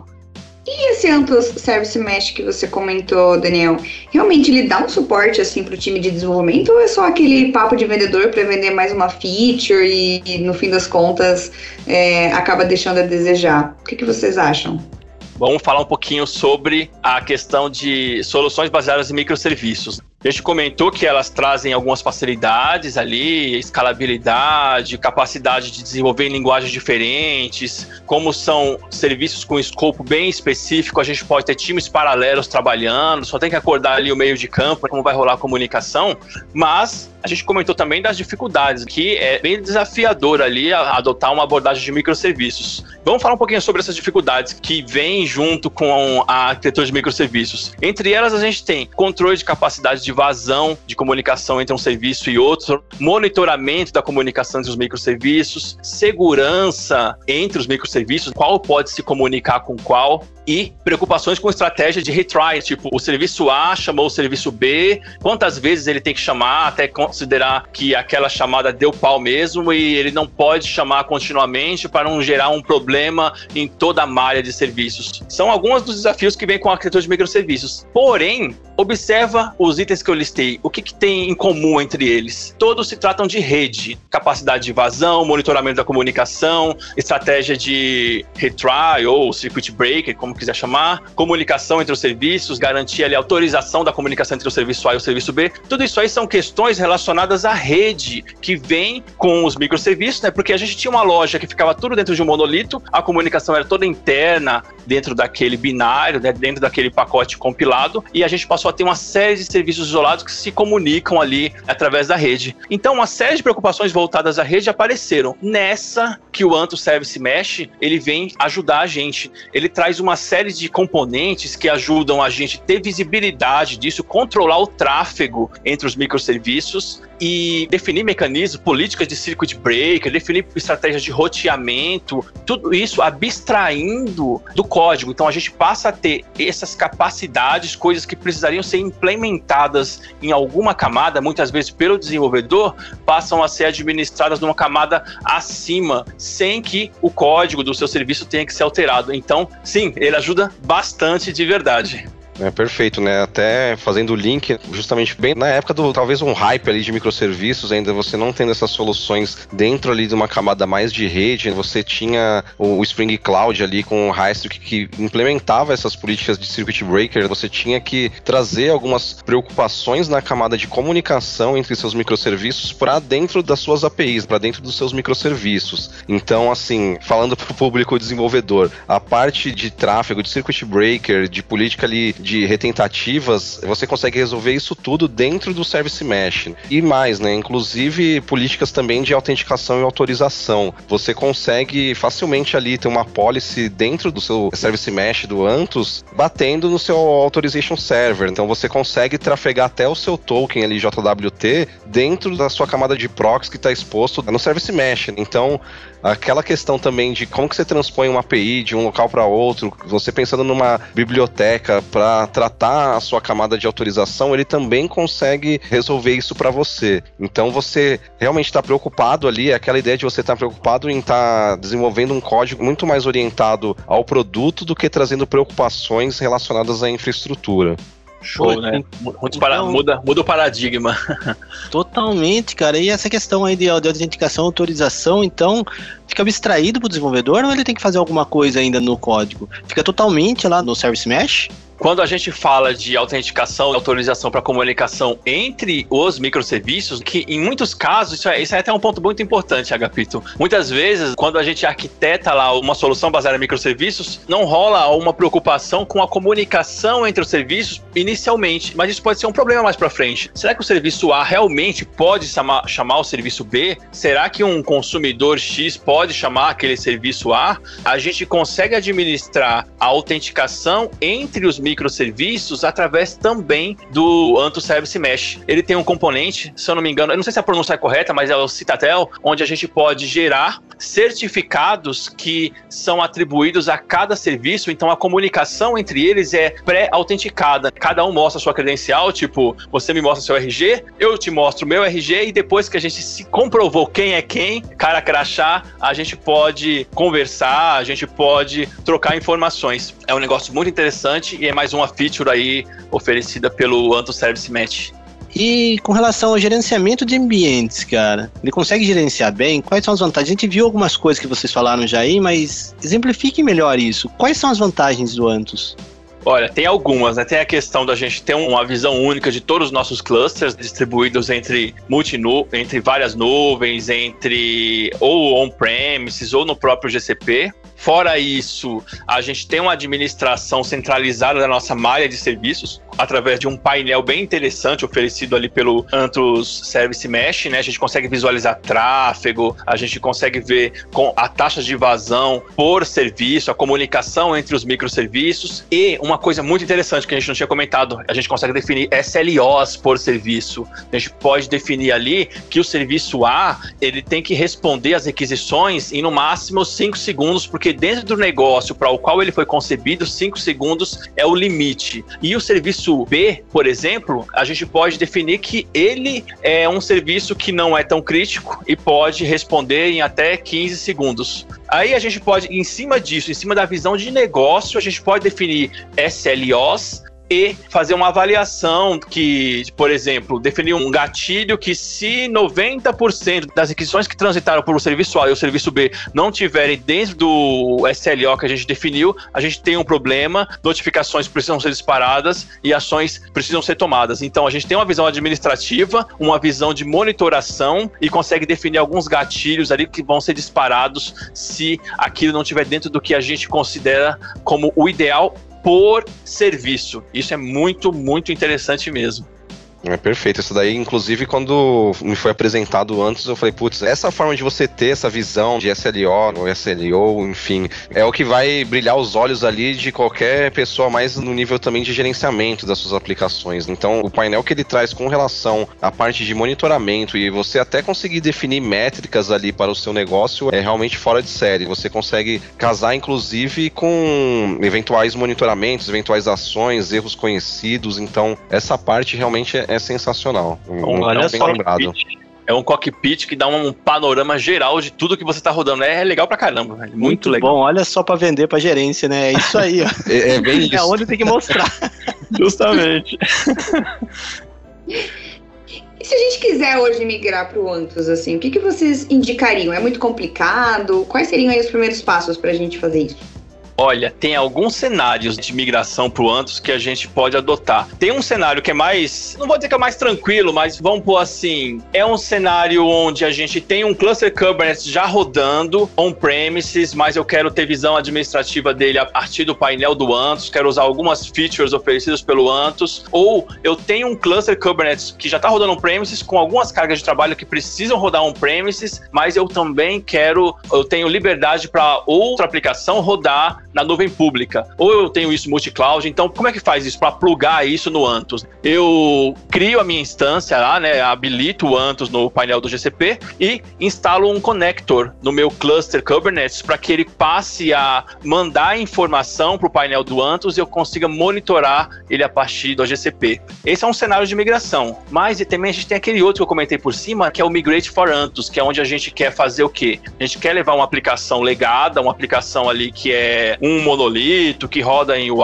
Speaker 3: E esse Anthos Service Mesh que você comentou, Daniel, realmente ele dá um suporte assim para o time de desenvolvimento, ou é só aquele papo de vendedor para vender mais uma feature e no fim das contas acaba deixando a desejar? O que vocês acham?
Speaker 4: Vamos falar um pouquinho sobre a questão de soluções baseadas em microserviços. A gente comentou que elas trazem algumas facilidades ali, escalabilidade, capacidade de desenvolver em linguagens diferentes. Como são serviços com escopo bem específico, a gente pode ter times paralelos trabalhando, só tem que acordar ali o meio de campo, como vai rolar a comunicação. Mas a gente comentou também das dificuldades, que é bem desafiador ali adotar uma abordagem de microserviços. Vamos falar um pouquinho sobre essas dificuldades que vêm junto com a arquitetura de microserviços. Entre elas, a gente tem controle de capacidade de vazão de comunicação entre um serviço e outro, monitoramento da comunicação entre os microserviços, segurança entre os microserviços, qual pode se comunicar com qual, e preocupações com estratégia de retry, tipo, o serviço A chamou o serviço B, quantas vezes ele tem que chamar, até considerar que aquela chamada deu pau mesmo e ele não pode chamar continuamente para não gerar um problema em toda a malha de serviços. São alguns dos desafios que vêm com a arquitetura de microserviços. Porém, observa os itens que eu listei. O que tem em comum entre eles? Todos se tratam de rede, capacidade de vazão, monitoramento da comunicação, estratégia de retry ou circuit breaker, como quiser chamar, comunicação entre os serviços, garantir ali a autorização da comunicação entre o serviço A e o serviço B. Tudo isso aí são questões relacionadas à rede que vem com os microserviços, né? Porque a gente tinha uma loja que ficava tudo dentro de um monolito, a comunicação era toda interna dentro daquele binário, né? Dentro daquele pacote compilado, e a gente passou a ter uma série de serviços isolados que se comunicam ali através da rede. Então, uma série de preocupações voltadas à rede apareceram. Nessa que o Antus Service Mesh, ele vem ajudar a gente. Ele traz uma série de componentes que ajudam a gente ter visibilidade disso, controlar o tráfego entre os microserviços e definir mecanismos, políticas de circuit breaker, definir estratégias de roteamento, tudo isso abstraindo do código. Então a gente passa a ter essas capacidades, coisas que precisariam ser implementadas em alguma camada, muitas vezes pelo desenvolvedor, passam a ser administradas numa camada acima, sem que o código do seu serviço tenha que ser alterado. Então, sim, ele ajuda bastante de verdade.
Speaker 5: É perfeito, né? Até fazendo o link, justamente bem na época do talvez um hype ali de microserviços, ainda você não tendo essas soluções dentro ali de uma camada mais de rede, você tinha o Spring Cloud ali com o Hightreak que implementava essas políticas de circuit breaker, você tinha que trazer algumas preocupações na camada de comunicação entre seus microserviços para dentro das suas APIs, para dentro dos seus microserviços. Então, assim, falando para o público desenvolvedor, a parte de tráfego, de circuit breaker, de política ali de retentativas, você consegue resolver isso tudo dentro do Service Mesh. E mais, né? Inclusive políticas também de autenticação e autorização. Você consegue facilmente ali ter uma policy dentro do seu Service Mesh do Antus, batendo no seu Authorization Server. Então você consegue trafegar até o seu token ali JWT dentro da sua camada de proxy que está exposto no Service Mesh. Então, aquela questão também de como que você transpõe uma API de um local para outro, você pensando numa biblioteca para tratar a sua camada de autorização, ele também consegue resolver isso para você. Então você realmente está preocupado ali, aquela ideia de você estar preocupado em estar desenvolvendo um código muito mais orientado ao produto do que trazendo preocupações relacionadas à infraestrutura.
Speaker 4: Show, né? Muda o paradigma.
Speaker 1: Totalmente, cara. E essa questão aí de autenticação, autorização, então, fica abstraído para o desenvolvedor ou ele tem que fazer alguma coisa ainda no código? Fica totalmente lá no Service Mesh?
Speaker 4: Quando a gente fala de autenticação e autorização para comunicação entre os microserviços, que em muitos casos, isso é até um ponto muito importante, Agapito. Muitas vezes, quando a gente arquiteta lá uma solução baseada em microserviços, não rola uma preocupação com a comunicação entre os serviços inicialmente, mas isso pode ser um problema mais para frente. Será que o serviço A realmente pode chamar o serviço B? Será que um consumidor X pode chamar aquele serviço A? A gente consegue administrar a autenticação entre os microserviços através também do Antus Service Mesh. Ele tem um componente, se eu não me engano, eu não sei se a pronúncia é correta, mas é o Citadel, onde a gente pode gerar certificados que são atribuídos a cada serviço, então a comunicação entre eles é pré-autenticada. Cada um mostra a sua credencial, tipo, você me mostra seu RG, eu te mostro o meu RG e depois que a gente se comprovou quem é quem, cara crachá, a gente pode conversar, a gente pode trocar informações. É um negócio muito interessante e é mais uma feature aí oferecida pelo Antus Service Mesh.
Speaker 1: E com relação ao gerenciamento de ambientes, cara, ele consegue gerenciar bem? Quais são as vantagens? A gente viu algumas coisas que vocês falaram já aí, mas exemplifique melhor isso. Quais são as vantagens do Antus?
Speaker 4: Olha, tem algumas, né? Tem a questão da gente ter uma visão única de todos os nossos clusters distribuídos entre várias nuvens, entre ou on-premises ou no próprio GCP. Fora isso, a gente tem uma administração centralizada da nossa malha de serviços através de um painel bem interessante oferecido ali pelo Anthos Service Mesh, né? A gente consegue visualizar tráfego, a gente consegue ver com a taxa de vazão por serviço, a comunicação entre os microserviços e uma coisa muito interessante que a gente não tinha comentado, a gente consegue definir SLOs por serviço. A gente pode definir ali que o serviço A, ele tem que responder às requisições em no máximo 5 segundos, porque dentro do negócio para o qual ele foi concebido, 5 segundos é o limite. E o serviço B, por exemplo, a gente pode definir que ele é um serviço que não é tão crítico e pode responder em até 15 segundos. Aí a gente pode, em cima disso, em cima da visão de negócio, a gente pode definir SLOs e fazer uma avaliação que, por exemplo, definir um gatilho que se 90% das requisições que transitaram por o serviço A e o serviço B não tiverem dentro do SLO que a gente definiu, a gente tem um problema, notificações precisam ser disparadas e ações precisam ser tomadas. Então a gente tem uma visão administrativa, uma visão de monitoração e consegue definir alguns gatilhos ali que vão ser disparados se aquilo não estiver dentro do que a gente considera como o ideal por serviço. Isso é muito, muito interessante mesmo.
Speaker 5: É perfeito, isso daí, inclusive, quando me foi apresentado antes, eu falei, putz, essa forma de você ter essa visão de SLO ou SLO, enfim, é o que vai brilhar os olhos ali de qualquer pessoa mais no nível também de gerenciamento das suas aplicações. Então, o painel que ele traz com relação à parte de monitoramento e você até conseguir definir métricas ali para o seu negócio é realmente fora de série. Você consegue casar, inclusive, com eventuais monitoramentos, eventuais ações, erros conhecidos. Então, essa parte realmente é sensacional.
Speaker 4: Olha só, é um cockpit que dá um panorama geral de tudo que você está rodando. É legal pra caramba, velho. Muito legal.
Speaker 1: Bom, olha só pra vender pra gerência, né? É isso aí, ó.
Speaker 5: É bem isso.
Speaker 1: É onde tem que mostrar.
Speaker 4: Justamente.
Speaker 3: E se a gente quiser hoje migrar pro Anthos, assim, o que vocês indicariam? É muito complicado? Quais seriam aí os primeiros passos pra gente fazer isso?
Speaker 4: Olha, tem alguns cenários de migração para o Anthos que a gente pode adotar. Tem um cenário que é mais, não vou dizer que é mais tranquilo, mas vamos pôr assim, é um cenário onde a gente tem um cluster Kubernetes já rodando on-premises, mas eu quero ter visão administrativa dele a partir do painel do Anthos, quero usar algumas features oferecidas pelo Anthos, ou eu tenho um cluster Kubernetes que já está rodando on-premises com algumas cargas de trabalho que precisam rodar on-premises, mas eu também tenho liberdade para outra aplicação rodar na nuvem pública, ou eu tenho isso multi-cloud. Então como é que faz isso para plugar isso no Anthos? Eu crio a minha instância lá, né, habilito o Anthos no painel do GCP e instalo um connector no meu cluster Kubernetes para que ele passe a mandar informação para o painel do Anthos e eu consiga monitorar ele a partir do GCP. Esse é um cenário de migração, mas também a gente tem aquele outro que eu comentei por cima, que é o Migrate for Anthos, que é onde a gente quer fazer o quê? A gente quer levar uma aplicação legada, uma aplicação ali que é um monolito que roda em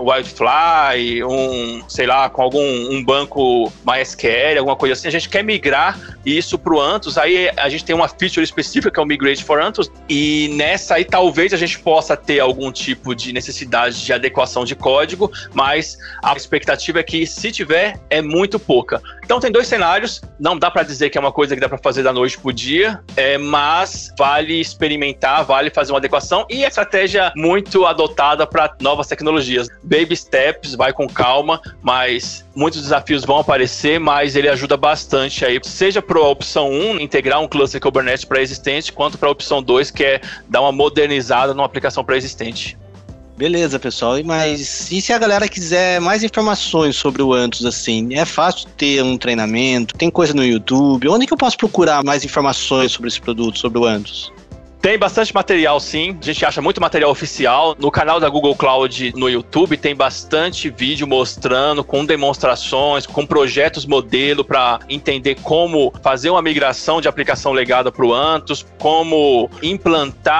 Speaker 4: Wildfly, sei lá, com um banco MySQL, alguma coisa assim. A gente quer migrar isso para o Anthos. Aí a gente tem uma feature específica que é o Migrate for Anthos, e nessa aí talvez a gente possa ter algum tipo de necessidade de adequação de código, mas a expectativa é que, se tiver, é muito pouca. Então tem dois cenários, não dá para dizer que é uma coisa que dá para fazer da noite pro dia, mas vale experimentar, vale fazer uma adequação, e a estratégia muito adotada para novas tecnologias. Baby steps, vai com calma, mas muitos desafios vão aparecer, mas ele ajuda bastante aí, seja para a opção 1, integrar um cluster Kubernetes pré-existente, quanto para a opção 2, que é dar uma modernizada numa aplicação pré-existente.
Speaker 1: Beleza, pessoal. Mas e se a galera quiser mais informações sobre o Anthos, assim? É fácil ter um treinamento? Tem coisa no YouTube? Onde que eu posso procurar mais informações sobre esse produto, sobre o Anthos?
Speaker 4: Tem bastante material, sim. A gente acha muito material oficial. No canal da Google Cloud no YouTube tem bastante vídeo mostrando, com demonstrações, com projetos modelo para entender como fazer uma migração de aplicação legada para o Anthos, como implantar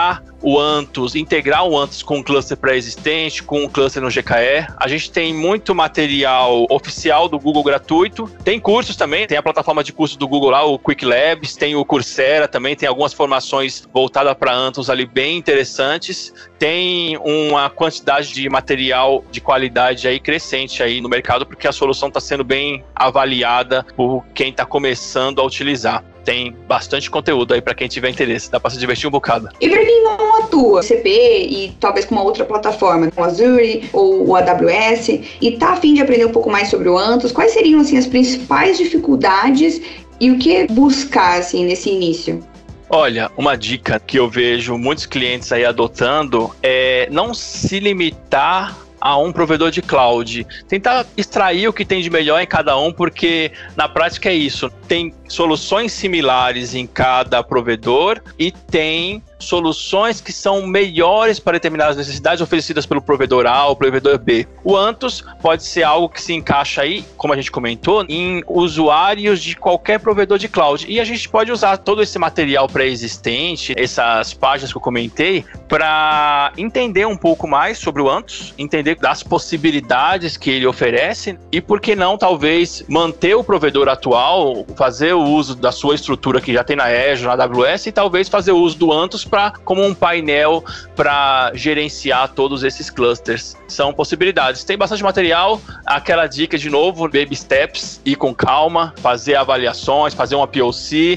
Speaker 4: o Anthos, integrar o Anthos com um cluster pré-existente, com um cluster no GKE. A gente tem muito material oficial do Google gratuito. Tem cursos também, tem a plataforma de cursos do Google lá, o Quick Labs, tem o Coursera também, tem algumas formações voltadas para Anthos ali bem interessantes. Tem uma quantidade de material de qualidade aí crescente aí no mercado, porque a solução está sendo bem avaliada por quem está começando a utilizar. Tem bastante conteúdo aí para quem tiver interesse, dá para se divertir um bocado.
Speaker 3: E para quem não atua CP e talvez com uma outra plataforma, o Azure ou o AWS, e tá a fim de aprender um pouco mais sobre o Anthos, quais seriam assim as principais dificuldades e o que buscar assim nesse início?
Speaker 4: Olha, uma dica que eu vejo muitos clientes aí adotando é não se limitar a um provedor de cloud. Tentar extrair o que tem de melhor em cada um, porque na prática é isso. Tem soluções similares em cada provedor e tem soluções que são melhores para determinadas necessidades oferecidas pelo provedor A ou provedor B. O Anthos pode ser algo que se encaixa aí, como a gente comentou, em usuários de qualquer provedor de cloud. E a gente pode usar todo esse material pré-existente, essas páginas que eu comentei, para entender um pouco mais sobre o Anthos, entender das possibilidades que ele oferece e, por que não, talvez manter o provedor atual, fazer o uso da sua estrutura que já tem na Azure, na AWS, e talvez fazer o uso do Anthos como um painel para gerenciar todos esses clusters. São possibilidades. Tem bastante material, aquela dica de novo, baby steps, ir com calma, fazer avaliações, fazer uma POC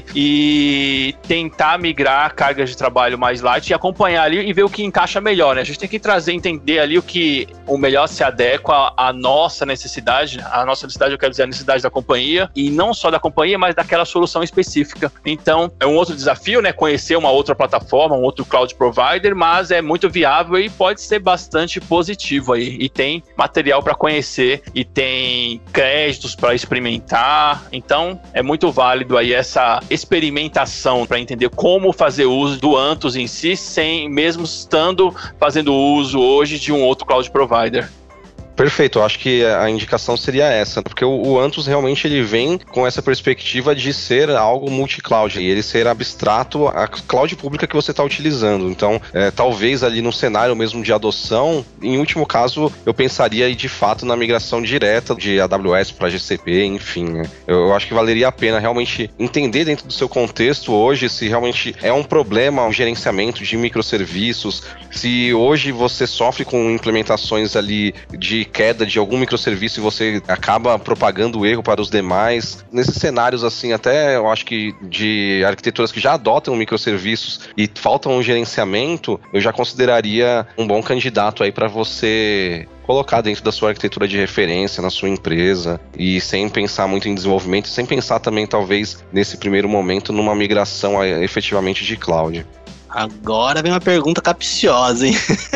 Speaker 4: e tentar migrar cargas de trabalho mais light e acompanhar ali e ver o que encaixa melhor, né? A gente tem que entender ali o melhor se adequa à nossa necessidade. A nossa necessidade, eu quero dizer, a necessidade da companhia, e não só da companhia, mas daquela solução específica. Então, é um outro desafio, né? Conhecer uma outra plataforma, um outro cloud provider, mas é muito viável e pode ser bastante positivo aí. E tem material para conhecer e tem créditos para experimentar. Então, é muito válido aí essa experimentação para entender como fazer uso do Anthos em si, sem mesmo estando fazendo uso hoje de um outro cloud provider.
Speaker 5: Perfeito, eu acho que a indicação seria essa, porque o Anthos realmente ele vem com essa perspectiva de ser algo multi-cloud, e ele ser abstrato à cloud pública que você está utilizando. Então, talvez ali no cenário mesmo de adoção, em último caso, eu pensaria de fato na migração direta de AWS para GCP, enfim, né? Eu acho que valeria a pena realmente entender dentro do seu contexto hoje se realmente é um problema o gerenciamento de microserviços, se hoje você sofre com implementações ali de queda de algum microserviço e você acaba propagando o erro para os demais. Nesses cenários, assim, até eu acho que de arquiteturas que já adotam microserviços e faltam um gerenciamento, eu já consideraria um bom candidato aí para você colocar dentro da sua arquitetura de referência, na sua empresa, e sem pensar muito em desenvolvimento, sem pensar também, talvez, nesse primeiro momento, numa migração efetivamente de cloud.
Speaker 1: Agora vem uma pergunta capciosa, hein?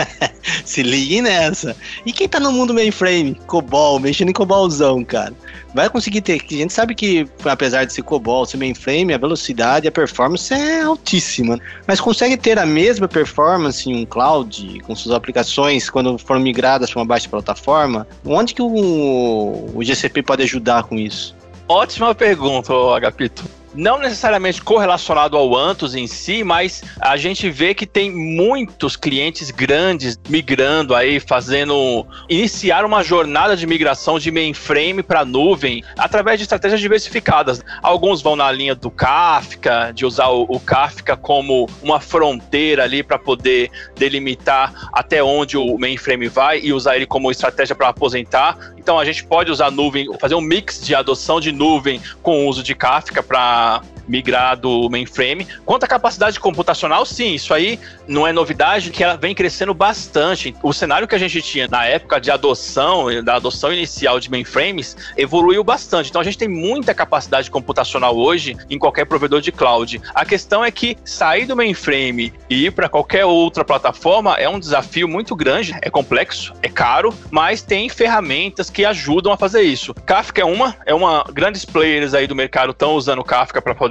Speaker 1: Se ligue nessa. E quem tá no mundo mainframe? COBOL, mexendo em COBOLzão, cara. Vai conseguir ter... A gente sabe que, apesar de ser COBOL, ser mainframe, a velocidade e a performance é altíssima. Mas consegue ter a mesma performance em um cloud, com suas aplicações, quando foram migradas para uma baixa plataforma? Onde que o GCP pode ajudar com isso?
Speaker 4: Ótima pergunta, Agapito. Não necessariamente correlacionado ao Anthos em si, mas a gente vê que tem muitos clientes grandes migrando aí, iniciar uma jornada de migração de mainframe para nuvem através de estratégias diversificadas. Alguns vão na linha do Kafka, de usar o Kafka como uma fronteira ali para poder delimitar até onde o mainframe vai e usar ele como estratégia para aposentar. Então a gente pode usar nuvem, fazer um mix de adoção de nuvem com o uso de Kafka para migrar do mainframe. Quanto à capacidade computacional, sim, isso aí não é novidade, que ela vem crescendo bastante. O cenário que a gente tinha na época de da adoção inicial de mainframes, evoluiu bastante. Então a gente tem muita capacidade computacional hoje em qualquer provedor de cloud. A questão é que sair do mainframe e ir para qualquer outra plataforma é um desafio muito grande, é complexo, é caro, mas tem ferramentas que ajudam a fazer isso. Kafka é uma grandes players aí do mercado estão usando Kafka para poder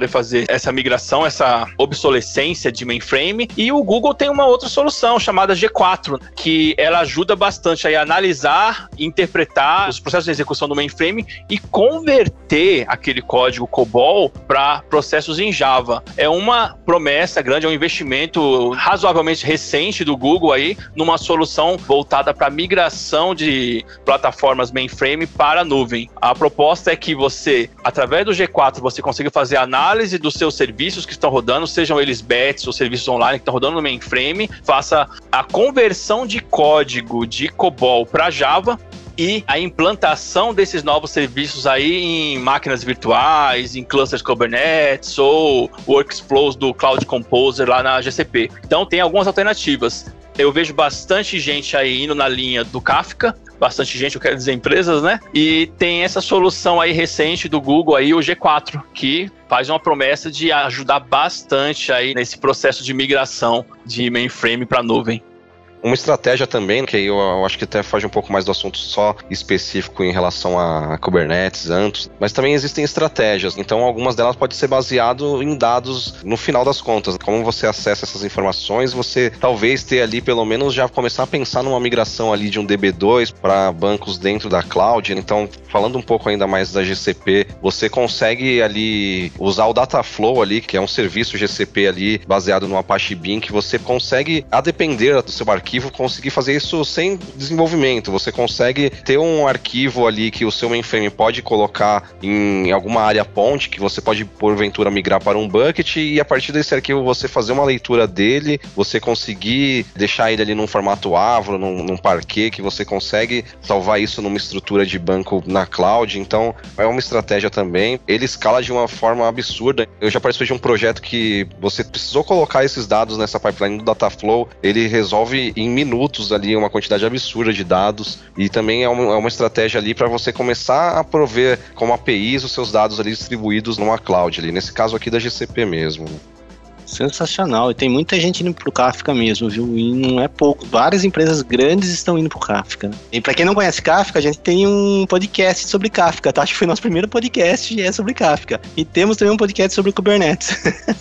Speaker 4: fazer essa migração, essa obsolescência de mainframe. E o Google tem uma outra solução chamada G4, que ela ajuda bastante a analisar, interpretar os processos de execução do mainframe e converter aquele código COBOL para processos em Java. É uma promessa grande, é um investimento razoavelmente recente do Google aí, numa solução voltada para migração de plataformas mainframe para a nuvem. A proposta é que você, através do G4, você consiga fazer análise dos seus serviços que estão rodando, sejam eles batch ou serviços online que estão rodando no mainframe, faça a conversão de código de COBOL para Java e a implantação desses novos serviços aí em máquinas virtuais, em clusters Kubernetes ou workflows do Cloud Composer lá na GCP. Então tem algumas alternativas. Eu vejo bastante gente aí indo na linha do Kafka, bastante gente, eu quero dizer empresas, né? E tem essa solução aí recente do Google aí, o G4, que faz uma promessa de ajudar bastante aí nesse processo de migração de mainframe para nuvem.
Speaker 5: Uma estratégia também, que eu acho que até foge um pouco mais do assunto só específico em relação a Kubernetes, Anthos, mas também existem estratégias. Então, algumas delas podem ser baseado em dados no final das contas. Como você acessa essas informações, você talvez ter ali, pelo menos, já começar a pensar numa migração ali de um DB2 para bancos dentro da cloud. Então, falando um pouco ainda mais da GCP, você consegue ali usar o Dataflow ali, que é um serviço GCP ali baseado no Apache Beam, que você consegue, a depender do seu arquivo, conseguir fazer isso sem desenvolvimento. Você consegue ter um arquivo ali que o seu mainframe pode colocar em alguma área ponte, que você pode, porventura, migrar para um bucket, e a partir desse arquivo você fazer uma leitura dele, você conseguir deixar ele ali num formato Avro, num Parquet, que você consegue salvar isso numa estrutura de banco na cloud. Então, é uma estratégia também. Ele escala de uma forma absurda. Eu já participei de um projeto que você precisou colocar esses dados nessa pipeline do Dataflow, ele resolve em minutos ali uma quantidade absurda de dados, e também é uma estratégia ali para você começar a prover como APIs os seus dados ali distribuídos numa cloud ali, nesse caso aqui da GCP mesmo.
Speaker 1: Sensacional, e tem muita gente indo pro Kafka mesmo, viu? E não é pouco, várias empresas grandes estão indo pro Kafka. E pra quem não conhece Kafka, a gente tem um podcast sobre Kafka, tá? Acho que foi nosso primeiro podcast e é sobre Kafka. E temos também um podcast sobre Kubernetes.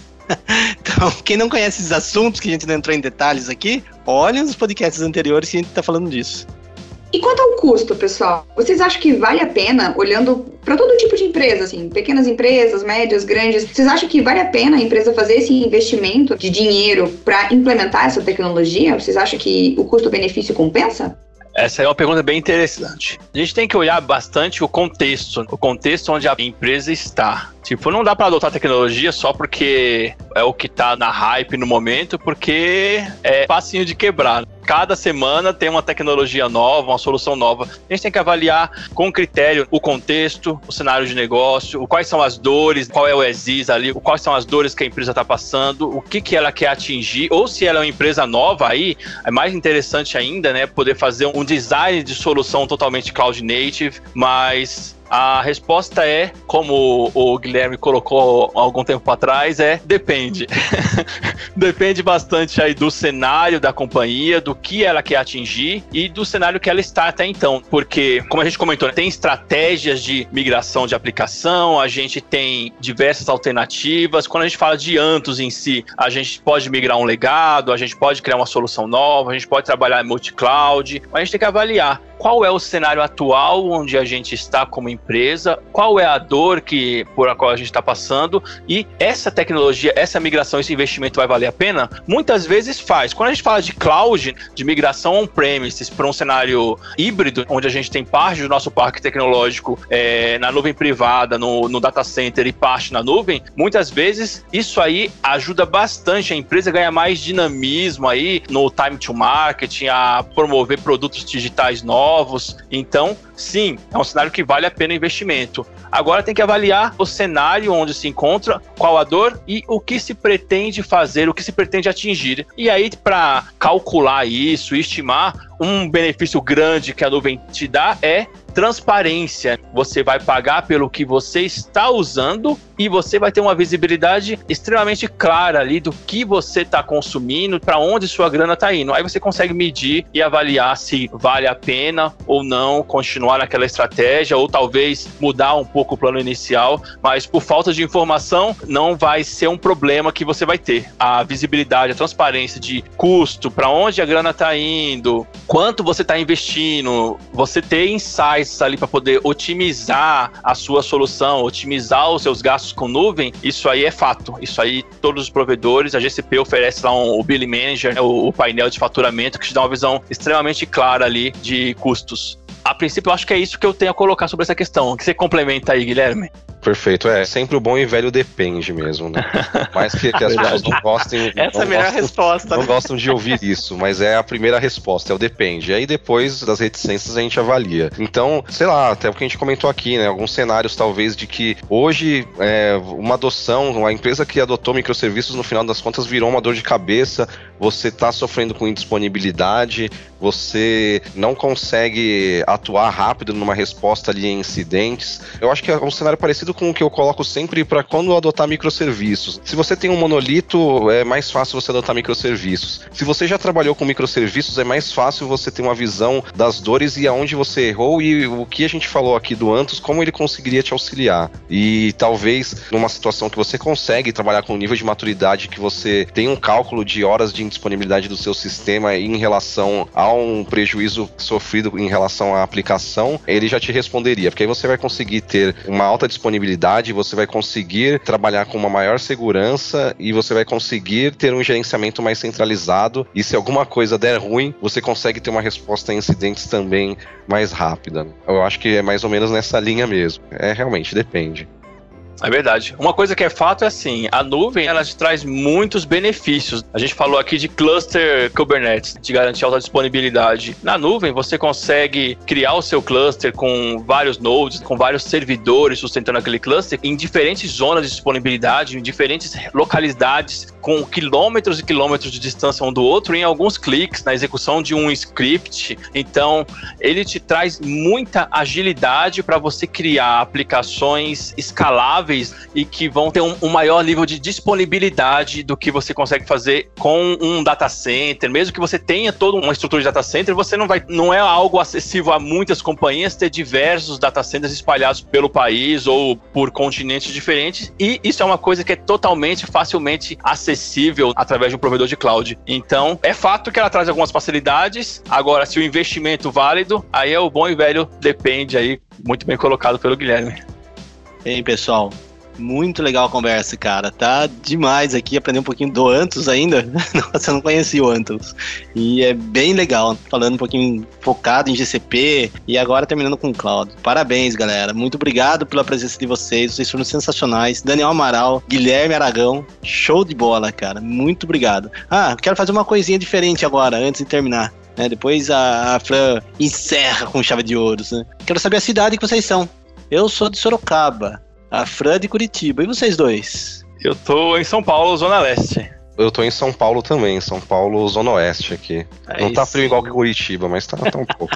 Speaker 1: Então, quem não conhece esses assuntos, que a gente não entrou em detalhes aqui, olhem os podcasts anteriores que a gente tá falando disso.
Speaker 3: E quanto ao custo, pessoal? Vocês acham que vale a pena, olhando para todo tipo de empresa, assim, pequenas empresas, médias, grandes, vocês acham que vale a pena a empresa fazer esse investimento de dinheiro para implementar essa tecnologia? Vocês acham que o custo-benefício compensa?
Speaker 4: Essa é uma pergunta bem interessante. A gente tem que olhar bastante o contexto onde a empresa está. Tipo, não dá para adotar tecnologia só porque é o que tá na hype no momento, porque é facinho de quebrar. Cada semana tem uma tecnologia nova, uma solução nova. A gente tem que avaliar com critério o contexto, o cenário de negócio, quais são as dores, qual é o ESIS ali, quais são as dores que a empresa está passando, o que ela quer atingir, ou se ela é uma empresa nova aí, é mais interessante ainda, né, poder fazer um design de solução totalmente cloud native, mas a resposta é, como o Guilherme colocou há algum tempo atrás, depende. Depende bastante aí do cenário da companhia, do que ela quer atingir e do cenário que ela está até então. Porque, como a gente comentou, tem estratégias de migração de aplicação, a gente tem diversas alternativas. Quando a gente fala de Anthos em si, a gente pode migrar um legado, a gente pode criar uma solução nova, a gente pode trabalhar em multi-cloud, mas a gente tem que avaliar qual é o cenário atual onde a gente está como empresa, qual é a dor por a qual a gente está passando, e essa tecnologia, essa migração, esse investimento vai valer a pena? Muitas vezes faz. Quando a gente fala de cloud, de migração on-premises para um cenário híbrido, onde a gente tem parte do nosso parque tecnológico na nuvem privada, no data center e parte na nuvem, muitas vezes isso aí ajuda bastante a empresa a ganhar mais dinamismo aí no time to market, a promover produtos digitais novos. Então, sim, é um cenário que vale a pena o investimento. Agora tem que avaliar o cenário onde se encontra, qual a dor e o que se pretende fazer, o que se pretende atingir. E aí, para calcular isso, estimar, um benefício grande que a nuvem te dá é transparência. Você vai pagar pelo que você está usando e você vai ter uma visibilidade extremamente clara ali do que você está consumindo, para onde sua grana está indo. Aí você consegue medir e avaliar se vale a pena ou não continuar naquela estratégia, ou talvez mudar um pouco o plano inicial, mas por falta de informação não vai ser um problema que você vai ter. A visibilidade, a transparência de custo, para onde a grana está indo, quanto você está investindo, você ter insights ali para poder otimizar a sua solução, otimizar os seus gastos com nuvem, isso aí é fato. Isso aí todos os provedores, a GCP oferece lá o Billing Manager, o painel de faturamento, que te dá uma visão extremamente clara ali de custos. A princípio, eu acho que é isso que eu tenho a colocar sobre essa questão. O que você complementa aí, Guilherme?
Speaker 5: Perfeito, sempre o bom e velho depende mesmo, né? Mais que as pessoas não gostem...
Speaker 1: Essa é a melhor resposta.
Speaker 5: Não gostam de ouvir isso, mas é a primeira resposta, é o depende. Aí depois das reticências a gente avalia. Então, sei lá, até o que a gente comentou aqui, né? Alguns cenários talvez de que hoje uma adoção, uma empresa que adotou microserviços no final das contas virou uma dor de cabeça, você está sofrendo com indisponibilidade, você não consegue atuar rápido numa resposta ali em incidentes. Eu acho que é um cenário parecido com o que eu coloco sempre para quando adotar microserviços. Se você tem um monolito, é mais fácil você adotar microserviços. Se você já trabalhou com microserviços, é mais fácil você ter uma visão das dores e aonde você errou e o que a gente falou aqui do Anthos, como ele conseguiria te auxiliar. E talvez numa situação que você consegue trabalhar com um nível de maturidade que você tem um cálculo de horas de indisponibilidade do seu sistema em relação a um prejuízo sofrido em relação à aplicação, ele já te responderia, porque aí você vai conseguir ter uma alta disponibilidade, você vai conseguir trabalhar com uma maior segurança e você vai conseguir ter um gerenciamento mais centralizado, e se alguma coisa der ruim, você consegue ter uma resposta a incidentes também mais rápida. Eu acho que é mais ou menos nessa linha mesmo. Realmente, depende.
Speaker 4: É verdade. Uma coisa que é fato é assim, a nuvem, ela te traz muitos benefícios. A gente falou aqui de cluster Kubernetes, de garantir alta disponibilidade. Na nuvem, você consegue criar o seu cluster com vários nodes, com vários servidores sustentando aquele cluster em diferentes zonas de disponibilidade, em diferentes localidades, com quilômetros e quilômetros de distância um do outro, em alguns cliques, na execução de um script. Então, ele te traz muita agilidade para você criar aplicações escaláveis e que vão ter um maior nível de disponibilidade do que você consegue fazer com um data center. Mesmo que você tenha toda uma estrutura de data center, você não é algo acessível a muitas companhias ter diversos data centers espalhados pelo país ou por continentes diferentes, e isso é uma coisa que é totalmente, facilmente acessível através de um provedor de cloud. Então, é fato que ela traz algumas facilidades. Agora, se o investimento válido, aí é o bom e velho depende aí, muito bem colocado pelo Guilherme.
Speaker 1: Ei, pessoal, muito legal a conversa, cara. Tá demais aqui, aprender um pouquinho do Anthos ainda. Nossa, eu não conhecia o Anthos. E é bem legal, falando um pouquinho focado em GCP e agora terminando com o Cloud. Parabéns, galera. Muito obrigado pela presença de vocês. Vocês foram sensacionais. Daniel Amaral, Guilherme Aragão, show de bola, cara. Muito obrigado. Quero fazer uma coisinha diferente agora, antes de terminar. Depois a Fran encerra com chave de ouro. Né? Quero saber a cidade que vocês são. Eu sou de Sorocaba, a Fran de Curitiba. E vocês dois?
Speaker 4: Eu tô em São Paulo, Zona Leste.
Speaker 5: Eu tô em São Paulo também, São Paulo, Zona Oeste aqui. Não tá frio igual que Curitiba, mas tá um pouco.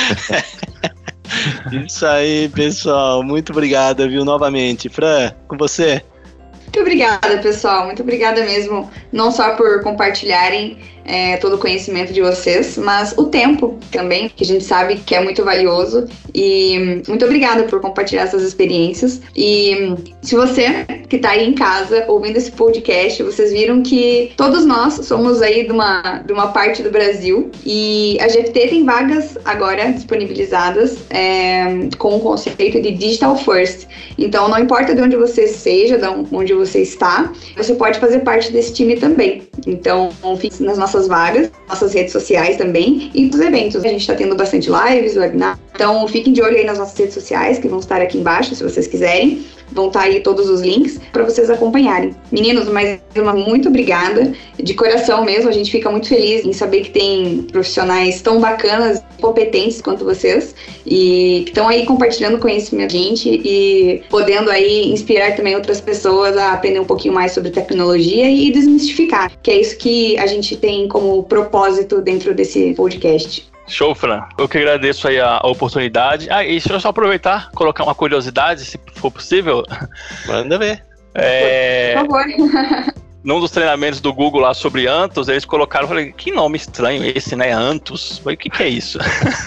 Speaker 1: Isso aí, pessoal. Muito obrigado, viu, novamente. Fran, com você?
Speaker 3: Muito obrigada, pessoal. Muito obrigada mesmo, não só por compartilharem todo o conhecimento de vocês, mas o tempo também, que a gente sabe que é muito valioso. E muito obrigada por compartilhar essas experiências. E se você que está aí em casa ouvindo esse podcast, vocês viram que todos nós somos aí de uma parte do Brasil, e a GFT tem vagas agora disponibilizadas com o conceito de Digital First. Então, não importa de onde você seja, de onde você está, você pode fazer parte desse time também. Então, fique nas nossas vagas, nossas redes sociais também, e dos eventos. A gente está tendo bastante lives, webinar. Então, fiquem de olho aí nas nossas redes sociais, que vão estar aqui embaixo, se vocês quiserem. Vão estar aí todos os links para vocês acompanharem. Meninos, mais uma muito obrigada. De coração mesmo, a gente fica muito feliz em saber que tem profissionais tão bacanas, competentes quanto vocês, e que estão aí compartilhando conhecimento com a gente e podendo aí inspirar também outras pessoas a aprender um pouquinho mais sobre tecnologia e desmistificar, que é isso que a gente tem como propósito dentro desse podcast.
Speaker 4: Show, Fran. Eu que agradeço aí a oportunidade. E deixa eu só aproveitar, colocar uma curiosidade, se for possível.
Speaker 1: Manda ver.
Speaker 3: Por favor.
Speaker 4: Num dos treinamentos do Google lá sobre Antus, eles colocaram, eu falei, que nome estranho esse, né? Antus. Eu falei, o que é isso?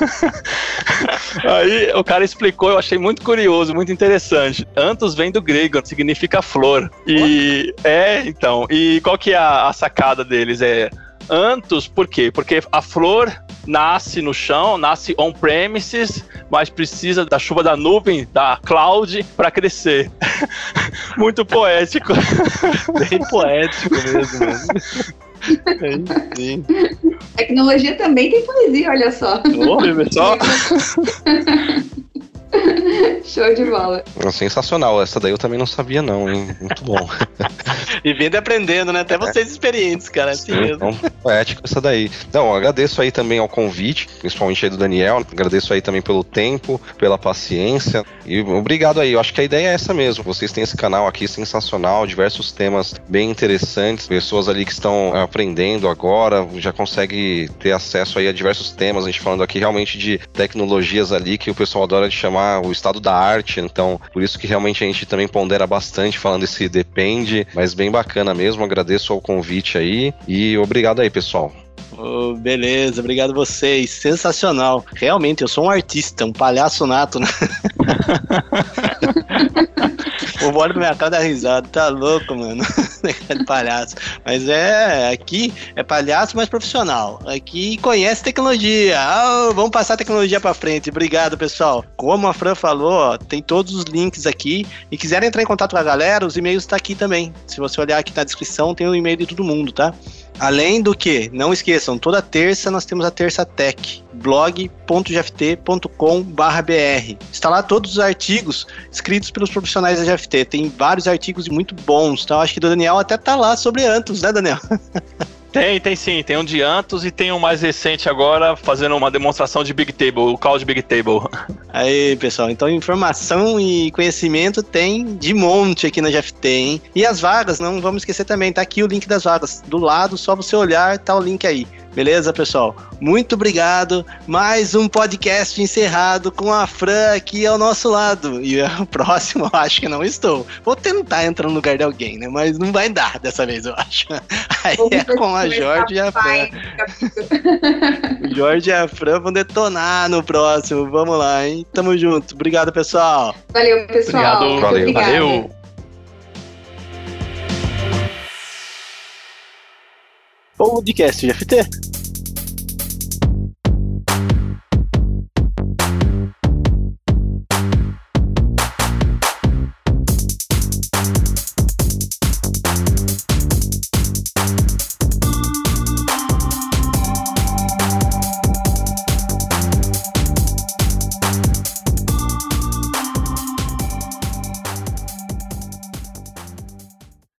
Speaker 4: Aí o cara explicou, eu achei muito curioso, muito interessante. Antus vem do grego, significa flor. E então, e qual que é a sacada deles? Antus, por quê? Porque a flor nasce no chão, nasce on-premises, mas precisa da chuva da nuvem, da cloud, para crescer. Muito poético.
Speaker 1: Bem poético mesmo, mano. Sim.
Speaker 3: Tecnologia também tem poesia, olha só.
Speaker 4: Pessoal.
Speaker 3: Show de bola.
Speaker 5: Sensacional, essa daí eu também não sabia não, hein? Muito bom.
Speaker 1: E vendo e aprendendo, né? Até vocês experientes, cara, assim mesmo.
Speaker 5: Então, poético essa daí. Então, agradeço aí também ao convite, principalmente aí do Daniel, agradeço aí também pelo tempo, pela paciência, e obrigado aí, eu acho que a ideia é essa mesmo, vocês têm esse canal aqui sensacional, diversos temas bem interessantes, pessoas ali que estão aprendendo agora, já conseguem ter acesso aí a diversos temas, a gente falando aqui realmente de tecnologias ali que o pessoal adora de chamar o estado da arte, então por isso que realmente a gente também pondera bastante falando esse depende, mas bem bacana mesmo, agradeço ao convite aí e obrigado aí, pessoal.
Speaker 1: Oh, beleza, obrigado a vocês, sensacional. Realmente, eu sou um artista, um palhaço nato, né? O olho pra minha cara dá risada, tá louco, mano. De palhaço. Mas aqui é palhaço, mas profissional. Aqui conhece tecnologia. Vamos passar a tecnologia pra frente. Obrigado, pessoal. Como a Fran falou, ó, tem todos os links aqui. E quiserem entrar em contato com a galera, os e-mails tá aqui também. Se você olhar aqui na descrição, tem o e-mail de todo mundo, tá? Além do que, não esqueçam, toda terça nós temos a Terça Tech, blog.gft.com.br. Está lá todos os artigos escritos pelos profissionais da GFT. Tem vários artigos muito bons, tá? Acho que o Daniel até tá lá sobre Antus, né, Daniel?
Speaker 4: Tem sim, tem um de Antus e tem um mais recente agora fazendo uma demonstração de Big Table, o Cloud Big Table.
Speaker 1: Aí, pessoal, então informação e conhecimento tem de monte aqui na GFT, hein? E as vagas, não vamos esquecer também, tá aqui o link das vagas. Do lado, só você olhar, tá o link aí. Beleza, pessoal? Muito obrigado. Mais um podcast encerrado com a Fran aqui ao nosso lado. E o próximo, eu acho que não estou. Vou tentar entrar no lugar de alguém, né? Mas não vai dar dessa vez, eu acho. Aí é com a Jorge e a Fran. O Jorge e a Fran vão detonar no próximo. Vamos lá, hein? Tamo junto. Obrigado, pessoal.
Speaker 3: Valeu, pessoal.
Speaker 4: Obrigado. Valeu.
Speaker 1: Podcast GFT.